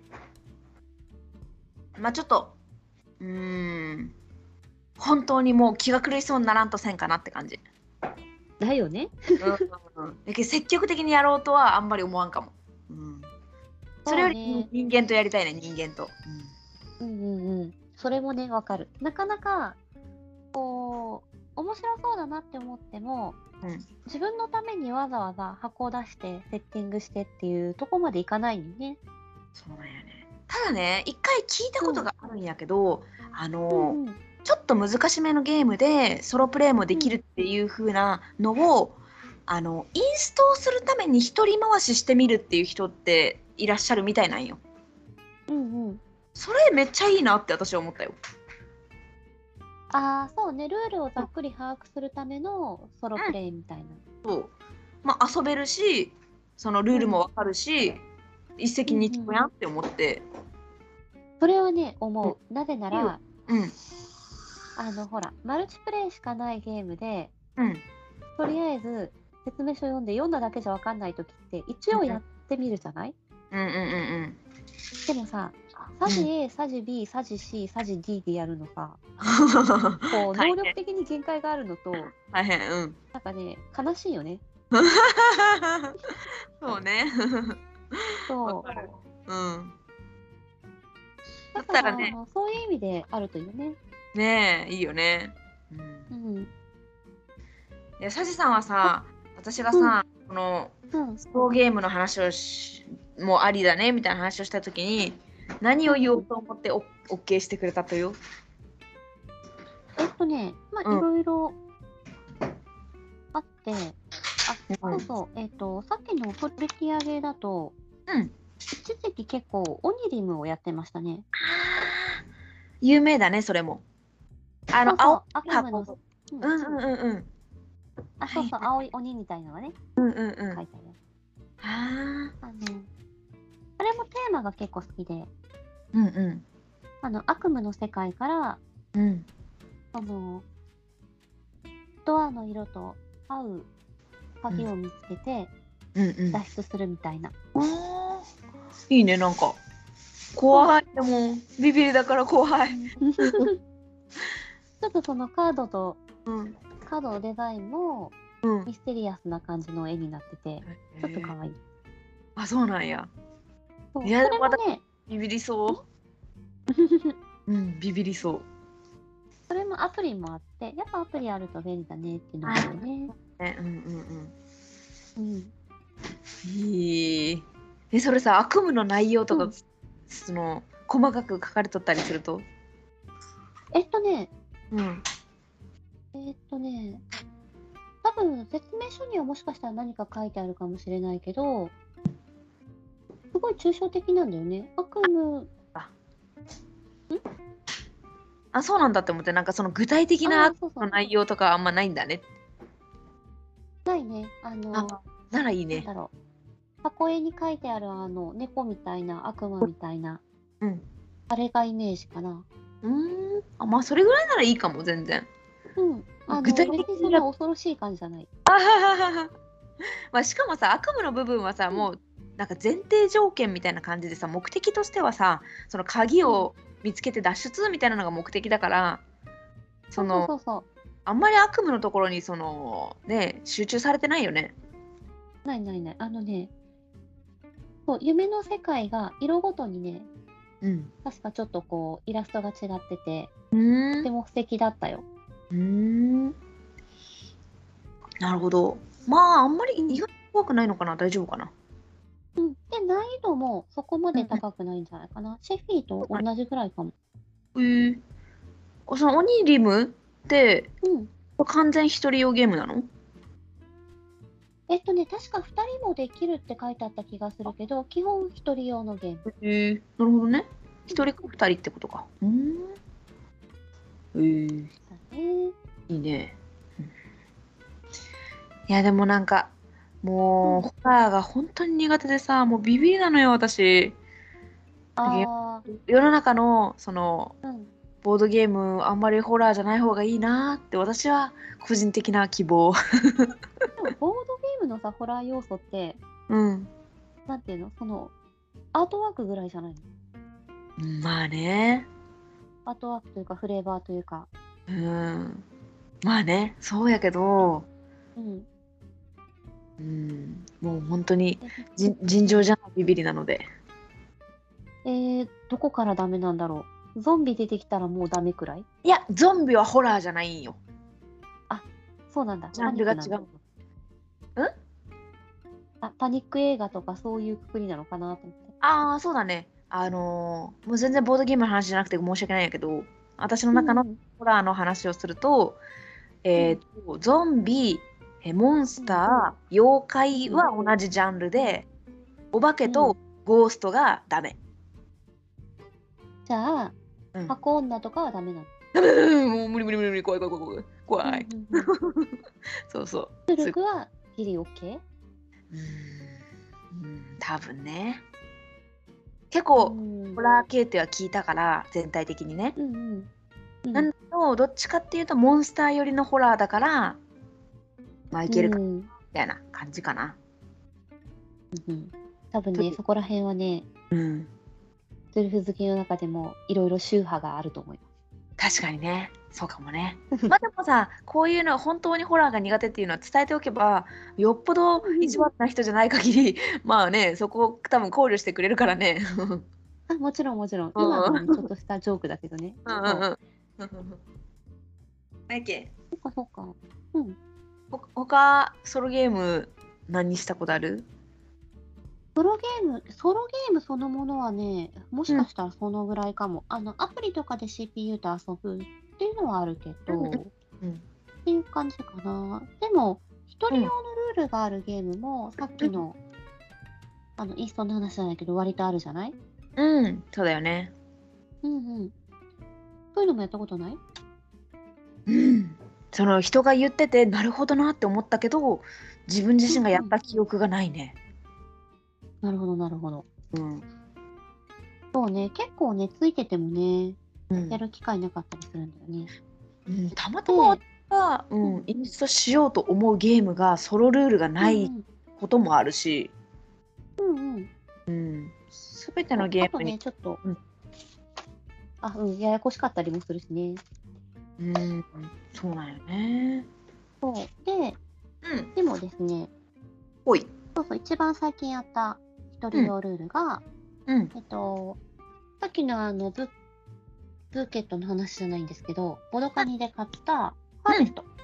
まあちょっと、うーん、本当にもう気が狂いそうにならんとせんかなって感じ。 だよね。 うんうん、だけど積極的にやろうとはあんまり思わんかも。うん、それよりそうね。 人間とやりたいね、人間と。 うんうんうん。それもね、わかる。なかなか、こう、面白そうだなって思っても、 うんうん、 自分のためにわざわざ箱を出してセッティングしてっていうとこまでいかないのね。 そうなんやね。ただね、一回聞いたことがあるんやけど、あうの、 んうんちょっと難しめのゲームでソロプレイもできるっていう風なのを、あのインストをするために一人回ししてみるっていう人っていらっしゃるみたいなんよ。 うんうん。 それめっちゃいいなって私は思ったよ。 ああ、そうね。ルールをざっくり把握するためのソロプレイみたいな。 そうまあ遊べるし、そのルールもわかるし、一石二鳥やんって思って。 それはね、思う。なぜなら、 うんあの、ほら、マルチプレイしかないゲームで、 うんとりあえず説明書読んで読んだだけじゃわかんないときって一応やってみるじゃない？ うんうんうんでもさ、サジ A、サジ B、サジ C、サジ D でやるのさ、 うん。 こう、 大変能力的に限界があるのと、 大変うん。 なんかね、悲しいよね。 そうね。わそかる。うん。 う。 だだから、 ったらね、 あのそういう意味であるといいよね。 ねえ、いいよね。うん。 うん。 いや、サジさんはさ、私がさ、このうん。 スポーゲームの話をし、もうありだねみたいな話をしたときに、何を言おうと思ってお OK してくれたとよ。 えっとね、まあ、 うんいろいろあって、あ、 うんそうそう、えっと、さっきの取り上げだと、 うん。 一時期結構オニリムをやってましたね。 あー有名だね、それも。あの、 そうそう青い悪夢の箱。 うんうんうんうんうん。 あ、そうそう、青い鬼みたいなのがね、 うんうんうん。 書いてあるやつ。 ああの、あれもテーマが結構好きで、 うんうんあの、悪夢の世界から、 うん。 その、 ドアの色と合う鍵を見つけてうんうん。 脱出するみたいな。 あーいいね、なんか。怖い。でも、ビビりだから怖い。 ちょっとそのカードとうん。 カードのデザインもうん。 ミステリアスな感じの絵になってて、ちょっと可愛い。 あ、そうなんや。 そういやそれもね、 ビビりそう。うん、ビビりそう。 それもアプリもあって、やっぱアプリあると便利だねっていうのがあるよね。 ね、うんうんうん。 うん。いい。え、それさ、悪夢の内容とか、 うんその、細かく書かれとったりすると。 えっとね、 うん。 えっとね、多分説明書にはもしかしたら何か書いてあるかもしれないけど、すごい抽象的なんだよね。悪夢、 あ、そうなんだって思って、なんかその具体的な悪あーそうそう夢の内容とかあんまないんだね。 ないね。あの、 あ、ならいいね。 なんだろう。箱絵に書いてあるあの猫みたいな悪魔みたいな、 うん。 あれがイメージかな。 うーん。あ、まあ、それぐらいならいいかも、全然。 うん。あの、 具体的別にそんにな恐ろしい感じじゃない。 あはははは。まあ、しかもさ、悪夢の部分はさ、 うんもう、なんか前提条件みたいな感じでさ、目的としてはさ、その鍵を見つけて脱出みたいなのが目的だから、そそうそうの、 そうそう。 あんまり悪夢のところに、その、ね、集中されてないよね。 ないないない。あのね、そう、夢の世界が色ごとにね、 うん。 確かちょっとこう、イラストが違ってて、 うーん。 とても素敵だったよ。 うーん。なるほど。まあ、あんまりうん意外と怖くないのかな、大丈夫かな。 うん。で、難易度もそこまでうんうん高くないんじゃないかな。シェフィーと同じぐらいかも。 えー、そのオニリムってうん。 完全一人用ゲームなの？ えっとね、確かふたりもできるって書いてあった気がするけど、基本ひとり用のゲーム。 えー、なるほどね。一人か二人ってことか。うーん。えー、 だね。 いいね。うんいや、でもなんか、もう、 うんホラーが本当に苦手でさ、もうビビりなのよ、私。 あ世の中の、その、 ー、うん。 ボードゲーム、あんまりホラーじゃない方がいいなって、私は個人的な希望。 でも、ボードゲームのさ、ホラー要素って、 うん。 なんていうのその、アートワークぐらいじゃないの？ まあね。 アートワークというか、フレーバーというか。 うん。まあね、そうやけど、 うん。 うん、もう本当にえじ尋常じゃないビビりなので。 えー、どこからダメなんだろう。ゾンビ出てきたらもうダメくらい？ いや、ゾンビはホラーじゃないんよ。 そうなんだ。 ジャンルが違うパニックなんだ。 んあ、パニック映画とかそういうくくりなのかなと思って。 ああ、そうだね。あのーもう全然ボードゲームの話じゃなくて申し訳ないんやけど、私の中のうんホラーの話をすると、えーとゾンビ、えモンスター、妖怪は同じジャンルで、お化けとゴーストがダメ。 じゃあ、 うん箱女とかはダメなの？ ダメダメもう無理無理無理無理怖い怖い怖い怖い怖い。 うんうんうんそうそう。 出力はギリ OK？ うーんうん多分ね。結構、 うんホラー系っては聞いたから全体的にね。 うんうんうんなんだけどどっちかっていうとモンスター寄りのホラーだからまあいけるかみうんたいな感じかな。 うん多分ね、そこら辺はね、 うん。 セルフ好きの中でもいろいろ宗派があると思います。 確かにね。そうかもね。まあでもさ、こういうの本当にホラーが苦手っていうのは伝えておけば、よっぽど意地悪な人じゃない限り、まあね、そこを多分考慮してくれるからね。 あ、もちろんもちろん。 うん今のはね、ちょっとしたジョークだけどね。 うんうんうん。何やっけそっかそっか。うん。 ほ他ソロゲーム何したことある？ ソロゲーム、ソロゲームそのものはね、もしかしたらそのぐらいかも。あの、アプリとかで シーピーユー と遊ぶっていうのはあるけど、 うんうんっていう感じかな。でも、一人用のルールがあるゲームも、さっきの、あの、イーストの話じゃないけど、割とあるじゃない？ うん、そうだよね。 うんうん。そういうのもやったことない？ うん。その人が言っててなるほどなって思ったけど、自分自身がやった記憶がないね。 なるほど、なるほど。 うん。 そうね、結構ね、ついててもね、 うんやる機会なかったりするんだよね。 うん、たまたま私が、ううんん、インストしようと思うゲームがソロルールがうないんこともあるし、 うんうんうん、すべてそうのゲームに、 あとね、ちょっと、 うんあ、うん、ややこしかったりもするしね。 うん、そうなんよね。 そう。で、 うん、 でもですね、 ほい。 そうそう、一番最近やった一人うん、 用ルールが、 うん。 えっと、さっきのあのブ、ブーケットの話じゃないんですけど、ボドカニで買ったハーベスト。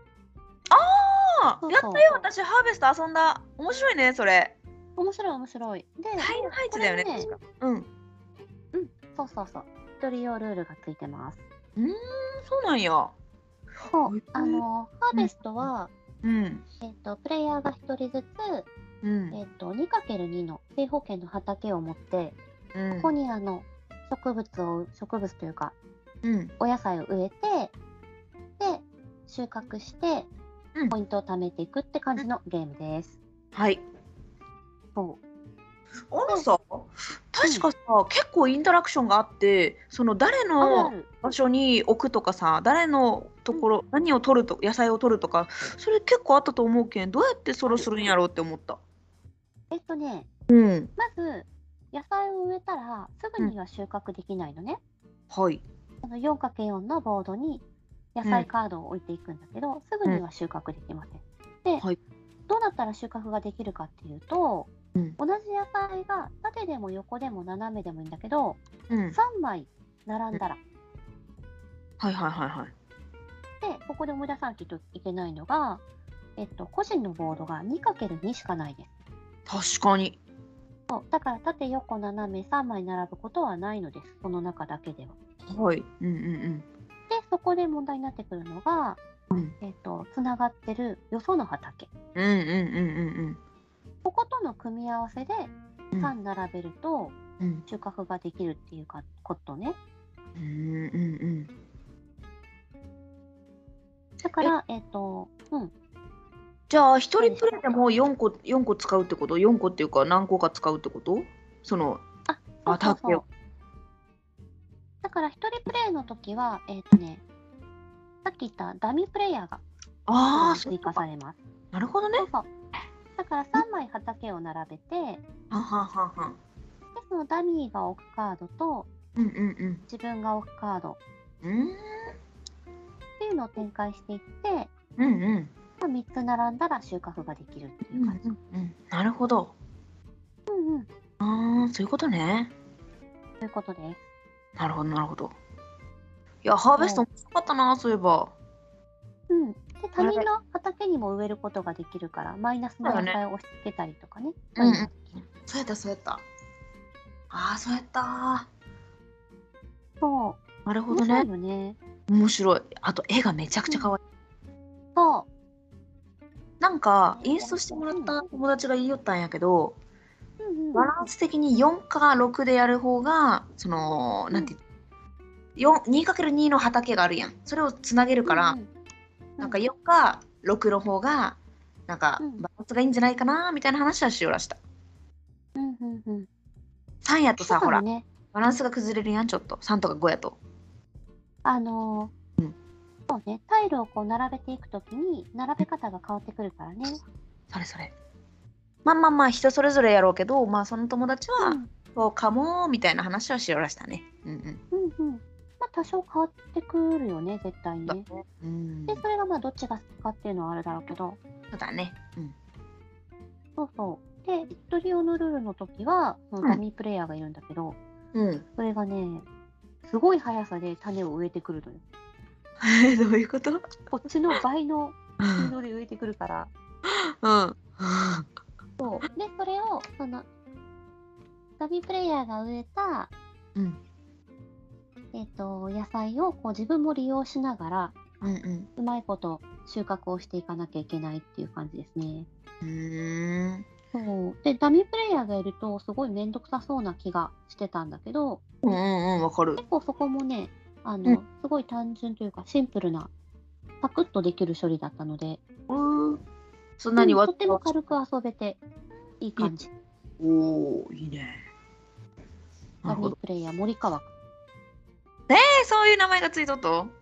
ああ、 そうそうやったよ、私、ハーベスト遊んだ。面白いね、それ。 面白い面白い。で、 タイル配置だよね、 これね確か。うん。ううん、そうそうそう。一人用ルールがついてます。 ーん、そうなんや。 そうへえ、 あの、ハーベストは、 うん、 えっと、プレイヤーが一人ずつ、 うん、 えっと、にかけるに の正方形の畑を持って、 うん、 ここにあの、植物を、植物というか、 うん、 お野菜を植えて、で、収穫してうん、 ポイントを貯めていくって感じのゲームです。 はい。 そう。 あのさ、確かさ、結構インタラクションがあって、その誰あるのある。 場所に置くとかさ、誰のところ、何を取ると、野菜を取るとか、それ結構あったと思うけん、どうやってソロするんやろうって思った。 えっとね、 うん。 まず、野菜を植えたらすぐうん。 には収穫できないのね。 はい。 この よんかけよん のボードに野菜カードを置いていくんだけど、すぐには収穫できません。で、 はい。 どうなったら収穫ができるかっていうと、 うん。 同じ野菜が縦でも横でも斜めでもいいんだけど、 うん。 さんまい並んだら、 はいはいはいはい。 で、ここで思い出さなきゃいけないのが、えっと、個人のボードが にかけるに しかないです。 確かに。 そうだから縦横斜めさんまい並ぶことはないのです。その中だけでは。 はい。うんうんで、そこで問題になってくるのが、 うん。うんえっと、つながってるよその畑。 うんうんうんこことの組み合わせでうんさん並べるとうんうん収穫ができるっていうかことね。 うんうんだから、えっと、うん。 じゃあ、一人プレイでもよんこ、よんこ使うってこと？ よん 個っていうか何個か使うってこと？その、 あ、そうそう畑をそう。だから、一人プレイの時は、えっとね、さっき言ったダミープレイヤーがああ、 すぐに追加されます。 なるほどね。 そうそう。だからさんまい畑を並べて、で、 はんはんはんはん。 そのダミーが置くカードとうんうん自分が置くカードっうん。うーん。 ていうのを展開していって、 うんうん。 まあ、みっつ並んだら収穫ができるっていう感じ。 うんうん。なるほど。 うんうん。 ああ、そういうことね。 ということです。 なるほど、なるほど。いや、ハーベスト面白かったな、そういえば。 うん。で、他人の畑にも植えることができるから、マイナスのそうだね野菜を押し付けたりとかね。 うんうんそういうのができる。 そうやった、そうやった。ああ、そうやった。 そう。 なるほど面白いね。 よね。 面白い。あと、絵がめちゃくちゃ可愛い。 そなんか、 ねインストしてもらった友達が言いよったんやけど、 う。うんうん。 バランス的によんかろくでやる方が、その、なんていうの、にかけるに の畑があるやん。それをつなげるから、 うんうんなんかよんかろくの方が、なんかうんバランスがいいんじゃないかな、みたいな話はしよらした。 うんうんうん。 さんやとさ、ほら、 そうかもね。 バランスが崩れるやん、ちょっと。さんとかごやと。 あのーうんそうね。タイルをこう並べていくときに、並べ方が変わってくるからね。 それそれ。まあまあまあ、人それぞれやろうけど、まあその友達は、 うんそうかも、みたいな話はしよらしたね。うんうん。 うんうん。まあ多少変わってくるよね、絶対にね。 うん。 で、それがまあどっちが好きかっていうのはあるだろうけど、 そうだね。うん。 そうそう。で、一人用のルールの時は、そのダミープレイヤーがいるんだけど、 うん。 それがね、すごい速さで種を植えてくるのよ。 どういうこと？ こっちの倍のスピードで植えてくるから。 うん。 そう。で、それを、その、ダミープレイヤーが植えた、 うん。 えっ、と、野菜をこう自分も利用しながら、 うんうん。 うまいこと収穫をしていかなきゃいけないっていう感じですね。 うーん。 そう。で、ダミープレイヤーがいると、すごいめんどくさそうな気がしてたんだけど、 うんうんうん、わかる。 結構そこもね、あの、 うんすごい単純というか、シンプルな、パクッとできる処理だったので、 うーそんなにわうんとても軽く遊べていい感じ。 おー、いいね。なるほど。 ダミープレイヤー、森川くん。 えー、そういう名前がついとった？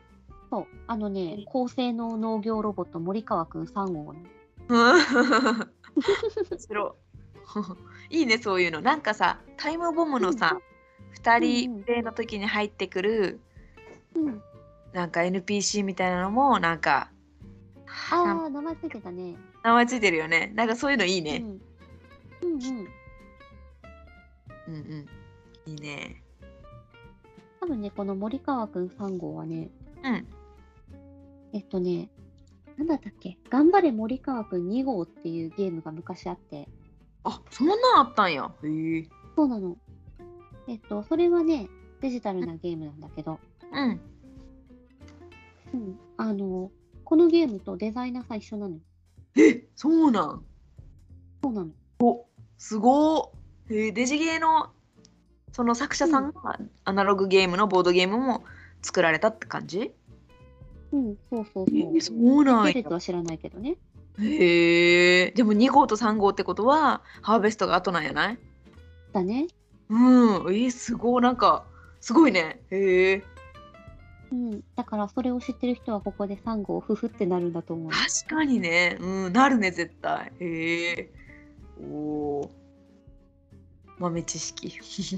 そう、あのね、高性能農業ロボット森川くんさん号ね。 面白い。いいね、そういうの。なんかさ、タイムボムのさ、2人うんプレイの時に入ってくる、 うん。うん。 なんか エヌピーシー みたいなのも、なんか、なんああ、名前ついてたね。 名前ついてるよね。なんかそういうのいいうね。 ん。うんうん。 うんうん。いいね。 多分ね、この森川くんさん号はね、 うん。 えっとね、なんだったっけ、頑張れ森川くんに号っていうゲームが昔あって、 あ、そんなんあったんや。へえ。 そうなの。えっと、それはね、デジタルなゲームなんだけど、 うん。 うん、あの、このゲームとデザイナーさん一緒なのよ。 え、そうなん。 そうなの。 すごー。へえ、デジゲーのその作者うん、 さんがアナログゲームのボードゲームも作られたって感じ？ うん、そうそうえそう。 そうなんや。 系列は知らないけどね。 へえ。でもに号とさん号ってことはハーベストが後なんやない？ だね。 うん。えー、すごい。なんか、すごいね。へえ。 うん。だからそれを知ってる人はここでさん号ふふってなるんだと思うの。 確かにね。うん、なるね、絶対。へえ。おお。豆知識。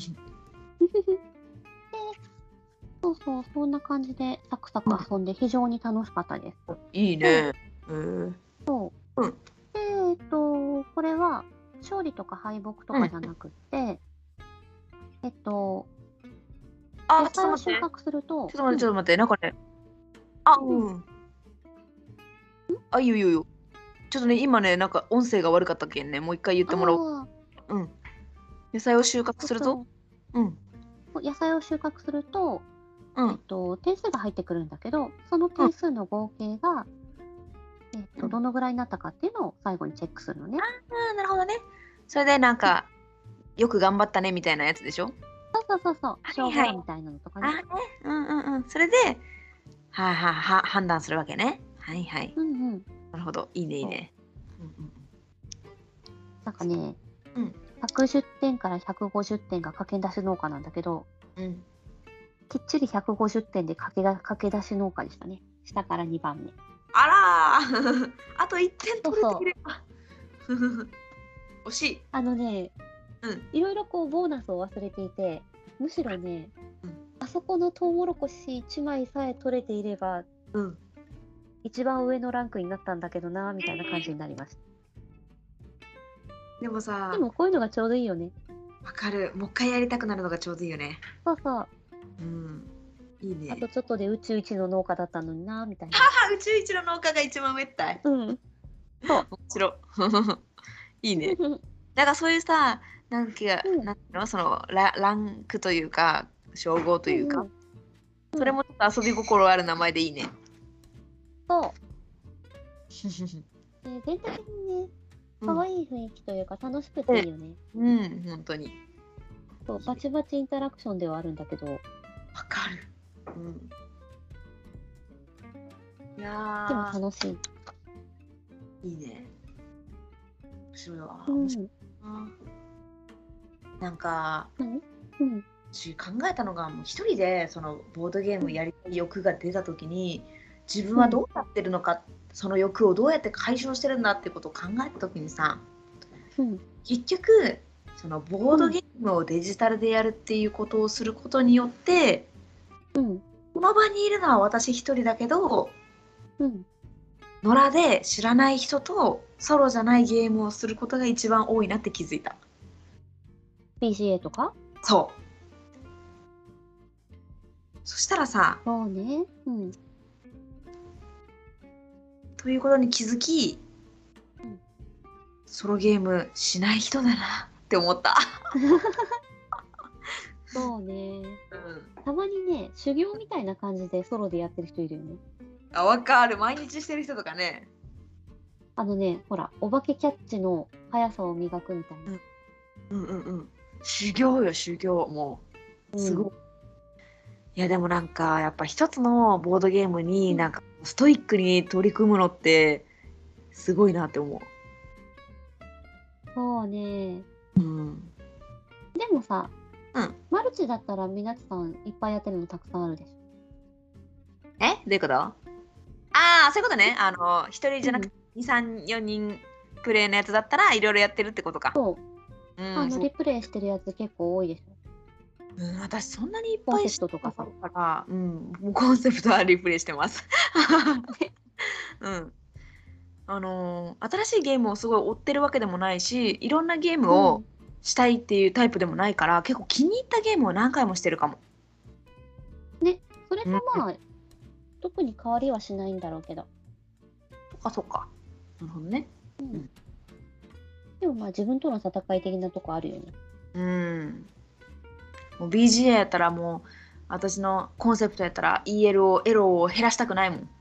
そうそう、そんな感じでサクサク遊んで非常に楽しかったです。 いいね。へえ。うん。 で、えっと、これは勝利とか敗北とかじゃなくって、えっと、 あ、 野菜を収ちょっと待って。 穫すると、 ちょっと待って、ちょっと待って。なんかね。あ、うん。あ、いいよいいよいいよ。ちょっとね、今ね、なんか音声が悪かったけんね、もう一回言ってもらおう。 ああ、 うん。野菜を収穫すると、うん。 野菜を収穫すると、 うん。 えっと、点数が入ってくるんだけど、その点数の合計が、えっと、 うんどのぐらいになったかっていうのを最後にチェックするのね。 ああ、なるほどね。それでなんか、よく頑張ったねみたいなやつでしょ？ そうそうそうそう、 はい称はい号みたいなのとかね。 あね。うんうんうん。それで、はいはいは判断するわけね。はいはい。 うんうん。 なるほど。いいねいいね。うんうんなんかね、 うん。 ひゃくじゅってんからひゃくごじゅってんが駆け出し農家なんだけど、 うん。 きっちりひゃくごじゅってんで駆けが駆け出し農家でしたね。下からにばんめ。 あらーあといってん取れていれば。惜しい。 あのね、 うん。 いろいろこうボーナスを忘れていて、むしろね、 うんあそこのトウモロコシいちまいさえ取れていれば、 うん。 一番上のランクになったんだけどな、みたいな感じになりました。 でもさ、 でもこういうのがちょうどいいよね。 わかる。もう一回やりたくなるのがちょうどいいよね。 そうそう。 うん。いいね。 あとちょっとで宇宙一の農家だったのにな、みたいな。 あ、宇宙一の農家が一番上ったい。 うん。 面白い。いいね。なんかそういうさ、なんか、 うんなんていうの、そのラ、ランクというか、称号というか、 うんうんそれもちょっと遊び心ある名前でいいね。 そう。えー全体的にね、可愛い雰囲気というか楽しくていいよね。 うん、本当に。 そう、バチバチインタラクションではあるんだけど、 わかる。うん。いやでもー、 楽しい。 いいね。面白いわ。 うん面。白いな。なんか、 何うん。 私考えたのが、もう一人でそのボードゲームやりたい欲が出たときに、自分はどうやってるのか、その欲をどうやって解消してるんだってことを考えたときにさ、 うん。 結局、そのボードゲームをデジタルでやるっていうことをすることによって、 うん。 この場にいるのは私一人だけど、 うん。 野良で知らない人とソロじゃないゲームをすることが一番多いなって気づいた。 ピージーエー とかそう。そしたらさ、 そうね。うん。 ということに気づき、 うんソロゲームしない人だなって思った。 そうね。 うん、 たまにね、修行みたいな感じでソロでやってる人いるよね。 あ、わかる。毎日してる人とかね。 あのね、ほら、お化けキャッチの速さを磨くみたいな。 うんうんうん。修行よ、修行。もう、すごい。 うんいや、でもなんか、やっぱ一つのボードゲームにうんなんかストイックに取り組むのってすごいなって思そうね。 う。うん。 でもさ、 うんマルチだったら皆さんいっぱいやってるのたくさんあるでしょ。 えどういうこと？ああ、そういうことね。あの、一人じゃなくてに、さん、よにんプレイのやつだったらいろいろやってるってことか。 そう。 うん、 あの、 そうリプレイしてるやつ結構多いでしょ。 うん、私そんなにいっコンセぱいしてプトとかさ。 るから、うん、もうコンセプトはリプレイしてます。うん。あのー新しいゲームをすごい追ってるわけでもないし、いろんなゲームうをん。 したいっていうタイプでもないから、結構気に入ったゲームを何回もしてるかも。 ね、それとうん、 まあ、特に変わりはしないんだろうけど。 そっかそっか。なるほどね。 うん。でもまあ自分との戦い的なとこあるよね。 うん。もう ビージーエー やったらもう、私のコンセプトやったら イーエル を、エロを減らしたくないもん。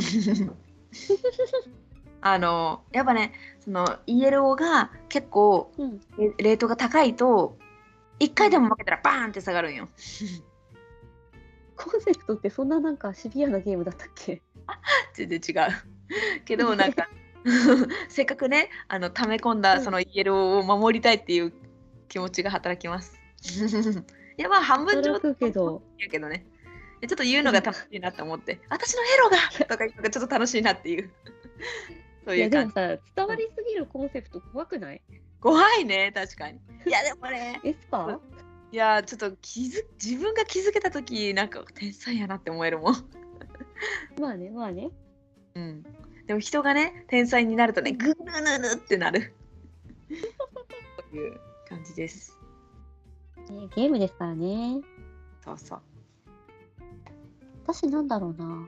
あの、やっぱね、その イーエルオー が結構うん。 レレートが高いと、一回でも負けたらバーンって下がるんよ。 コンセプトってそんななんかシビアなゲームだったっけ？ 全然違う。けど、なんか、せっかくね、あの、溜め込んうん。 だその イーエルオー を守りたいっていう気持ちが働きます。いや、まあ、半分上働くけど、 やけどね。ちょっと言うのがなんか、 楽しいなって思って、私のヘロがとか言うのがちょっと楽しいなっていう、そういやいう感じ。 でもさ、伝わりすぎるコンセプト怖くない？ 怖いね、確かに。いや、でもね、 エスパー？ いや、ちょっと気づ自分が気づけたとき、なんか天才やなって思えるもん。 まあね、まあね。 うん。でも人がね、天才になるとね、 うん。 ぐぬぬぬってなる。という感じです。 ね、ゲームですからね。 そうそう。 私なんだろうな。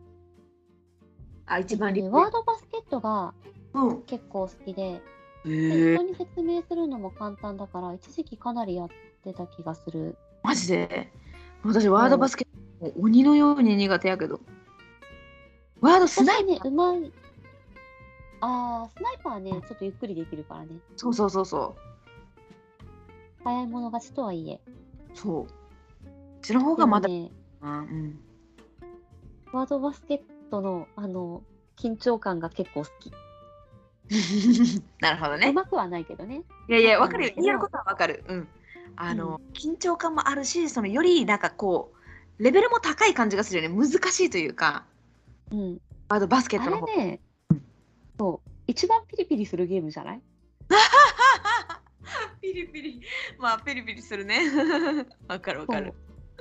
あ、一えっとね、 番リプレイ。 ワードバスケットがうん。 結構好きで、 えで、 ー、 人に説明するのも簡単だから、一時期かなりやってた気がする。 マジで。私、ワードバそう。 スケット鬼のように苦手やけど。ワードスナイ私ね、 パー。 うまい。あー、スナイパーはね、ちょっとゆっくりできるからね。 そうそうそうそ早い者勝ちとはいえ。 う。そう。こっちの方でがまだ。 もね、 うん。 ワードバスケットの、あの、緊張感が結構好き。 なるほどうね。 まくはないけどね。 いやいや、 うまくはわかるよ。 ないけど、 言えることはわかる。うん。あうん。 の、緊張感もあるし、そのよりなんかこう、レベルも高い感じがするよね。難しいというか、 うん。 ワードバスケッあトの方。 れね、一番ピリピリするゲームじゃない？ ピリピリ。まあ、ピリピリするね。わかるわかる。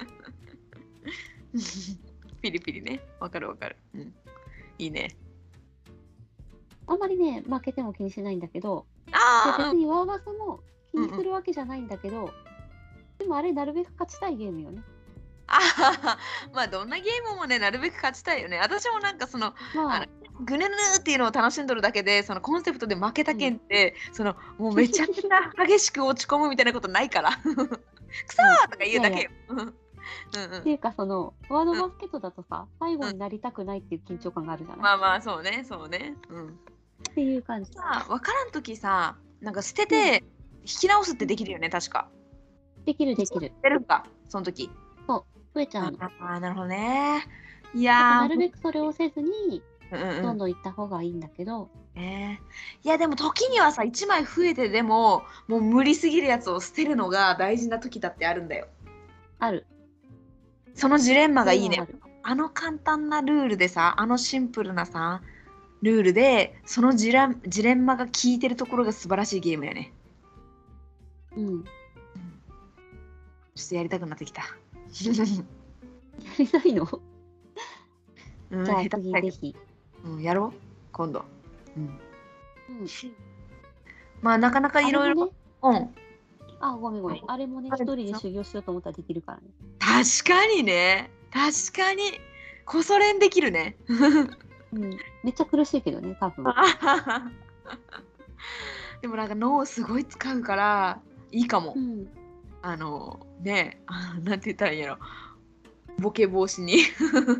ピリピリね。わかるわかる。うん。いいね。 あんまりね、負けても気にしないんだけど、で、 あ別にワーバスも気にうんうんするわけじゃないんだけど、でもあれなるべく勝ちたいゲームよね。 あははまあどんなゲームもねなるべく勝ちたいよね。私もなんかそのあのまあ、 ぐぬぬっていうのを楽しんどるだけでそのコンセプトで負けたうん。 けんってそのもうめちゃくちゃ激しく落ち込むみたいなことないからくそうん。 ーとかいやいや、 言うだけよ。うんうんっていうかその、ワードうんバスケットだとさ、最後うんになりたくないっていう緊張感があるじゃない？ まあまあそうねそうね。うん。 っていう感じ。 さあ分からんときさなんか捨てうん。 て引き直すってうん。 できるよね確か。 できるで一度捨きる。 てるんかその時。 そう、増えちゃあうの。 あなるほどね。いだからやーなるべくそれをせずに、 うんうんうん。 どんどん行った方がいいんだけど、 ねえいやでも時にはさいちまい増えてでももう無理すぎるやつを捨てるのが大事な時だってあるんだよ。 ある。 そのジレンマがいいね。 それはある。 あの簡単なルールでさあのシンプルなさルールでそのジラジレンマが効いてるところが素晴らしいゲームやね。 うん。 うんちょっとやりたくなってきた。 やりたいの？ うん、 じゃあ下手くさいけど次ぜひ。 うん、やろう今度。うん、 うん。 まあなかなかいろいろ。 あれもね、 うんあ、ごめんごめん。あれもね、 あれ一人で修行しようと思ったらできるからね。 確かにね確かにこそ練できるね。 うん。めっちゃ苦しいけどね、多分。 でもなんか脳すごい使うからいいかも。 うん。 あのねあなんて言ったらいいんやろボケ防止に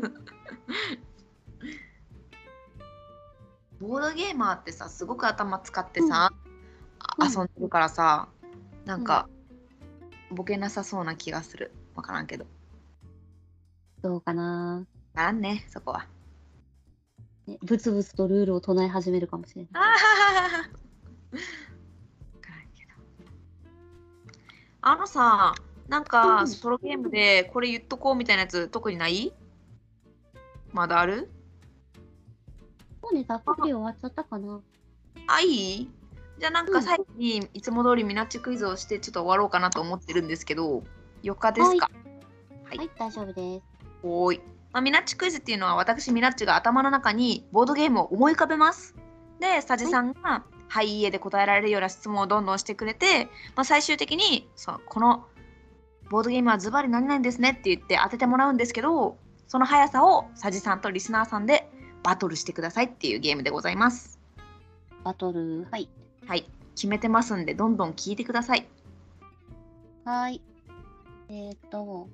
ボードゲーマーってさすごく頭使ってさ、 うんあ遊んでるからさなんか、ボケなさそうな気がする。わからんけど。 どうかな。 わからんねそこは。 ね、ブツブツとルールを唱え始めるかもしれない。 あはははわからんけど。あのさなんか、 うんソロゲームでこれ言っとこうみたいなやつ特にない？ まだある？ もうね、ざっくり終わっちゃったかな。 あ、いい？じゃあなんうんか最後にいつも通りミナッチクイズをしてちょっと終わろうかなと思ってるんですけど、よっかですか？はいはい、大丈夫です。 おーい。まあ、ミナッチクイズっていうのは私ミナッチが頭の中にボードゲームを思い浮かべます。で、スタジさんが「はい、いいえ」で答えられるような質問をどんどんしてくれて、まあ、最終的にそうこのボードゲームはズバリ何々ですねって言って当ててもらうんですけど、その速さをスタジさんとリスナーさんでバトルしてくださいっていうゲームでございます。 バトル、はい。 はい、決めてますんでどんどん聞いてください。 はい。えっ、と、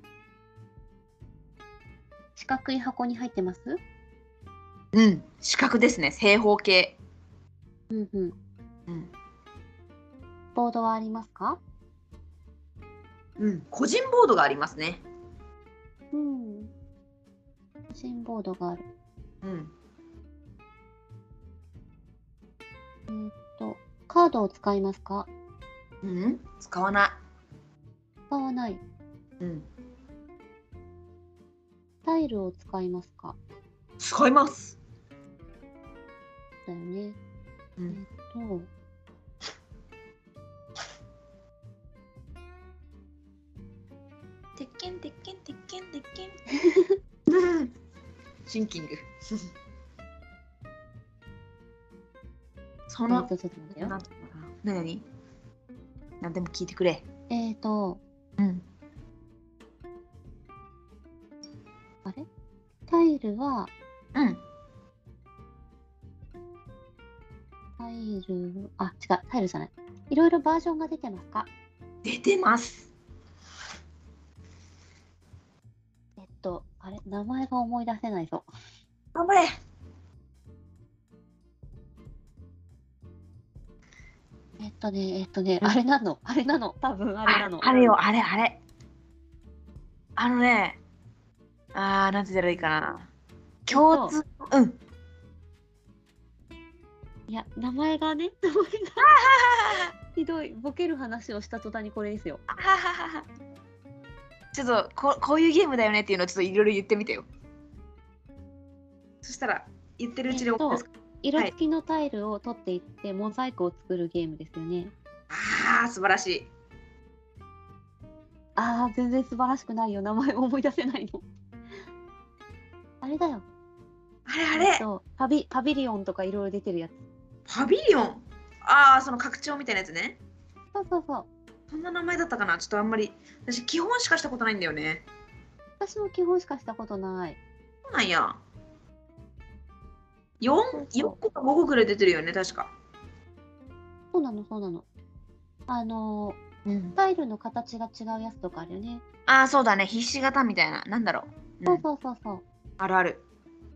四角い箱に入ってます？ うん、四角ですね。正方形。 うんうん。 うん、 ボードはありますか？ うん、個人ボードがありますね。 うん。個人ボードがある。 うん、 えっ、と、カードを使いますか？ うん、使わな使わない。 い。うん、 タイルを使いますか？ 使います。 だよね。えっ、 うん、 と、 鉄拳鉄拳鉄拳鉄拳。シンキング。そのえっ、と、ちょっと待ってよ。 なんていうのかな。何々？何でも聞いてくれ。 えっ、と、 うん。 あれ？タイルは、 うん。 タイル、あ、違う、タイルじゃない。いろいろバージョンが出てますか？ 出てます。 えっと、あれ、名前が思い出せないぞ。 頑張れ。 えっとね、えっとね、あれなの、あれなの、多分あれなの。 あれよ、あれあれ。あのね、あー、なんて言ったらいいかな。共通、うん。 いや、名前がね、名前がひどい。ボケる話をした途端にこれですよ。 ちょっとここういうゲームだよねっていうのをちょっといろいろ言ってみてよ。そしたら言ってるうちに思い出すか。 色付きのタイルを取っていってモザイクを作るゲームですよね。 ああ、素晴らしい。 ああ、全然素晴らしくないよ。名前を思い出せないの。あれだよ。 あれあれ。 えっとパビパビリオンとかいろいろ出てるやつ。 パビリオン。ああ、その拡張みたいなやつね。 そうそうそう。 そんな名前だったかな。ちょっとあんまり私基本しかしたことないんだよね。 私も基本しかしたことない。 そうなんや。よん、 そうそうよんこかごこくらい出てるよね、確か。 そうなのそうなの。あのーうん、 タイルの形が違うやつとかあるよね。 ああ、そうだね。ひし形みたいな。なんだろう。 そうそうそうそう。 あるある。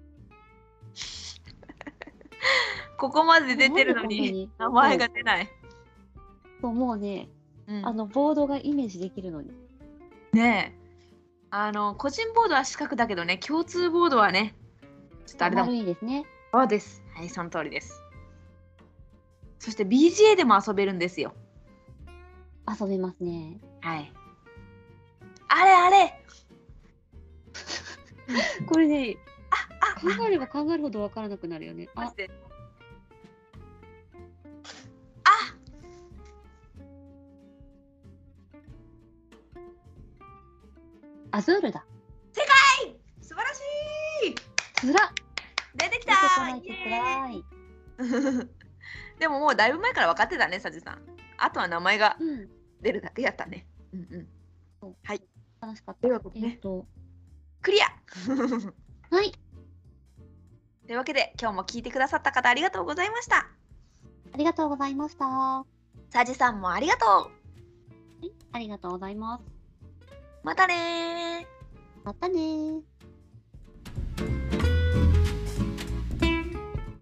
ここまで出てるのに名前が出ない。 そう、もうね、 うん、 あのボードがイメージできるのに。 ねえ。あの個人ボードは四角だけどね、共通ボードはね、ちょっとあれだもん。 丸いですね。 そうです。はい、その通りです。そして ビージーエー でも遊べるんですよ。 遊べますね。 はい。あれあれ。 これね、 ああ考えれば考えるほど分からなくなるよね。あ、 あ。 アズールだ。 世界。素晴らしい。 つらっ。 出てきた出てこないとつらい。 でももうだいぶ前から分かってたね、サジさん。あとは名前がうん。 出るだけやったね。うんうん。はい。 楽しかった。 というわけでねえっと、 クリア。 はい。 というわけで今日も聞いてくださった方ありがとうございました。 ありがとうございました。はサジさんもありがとう。 い、ありがとうございます。 またねー。 またねー。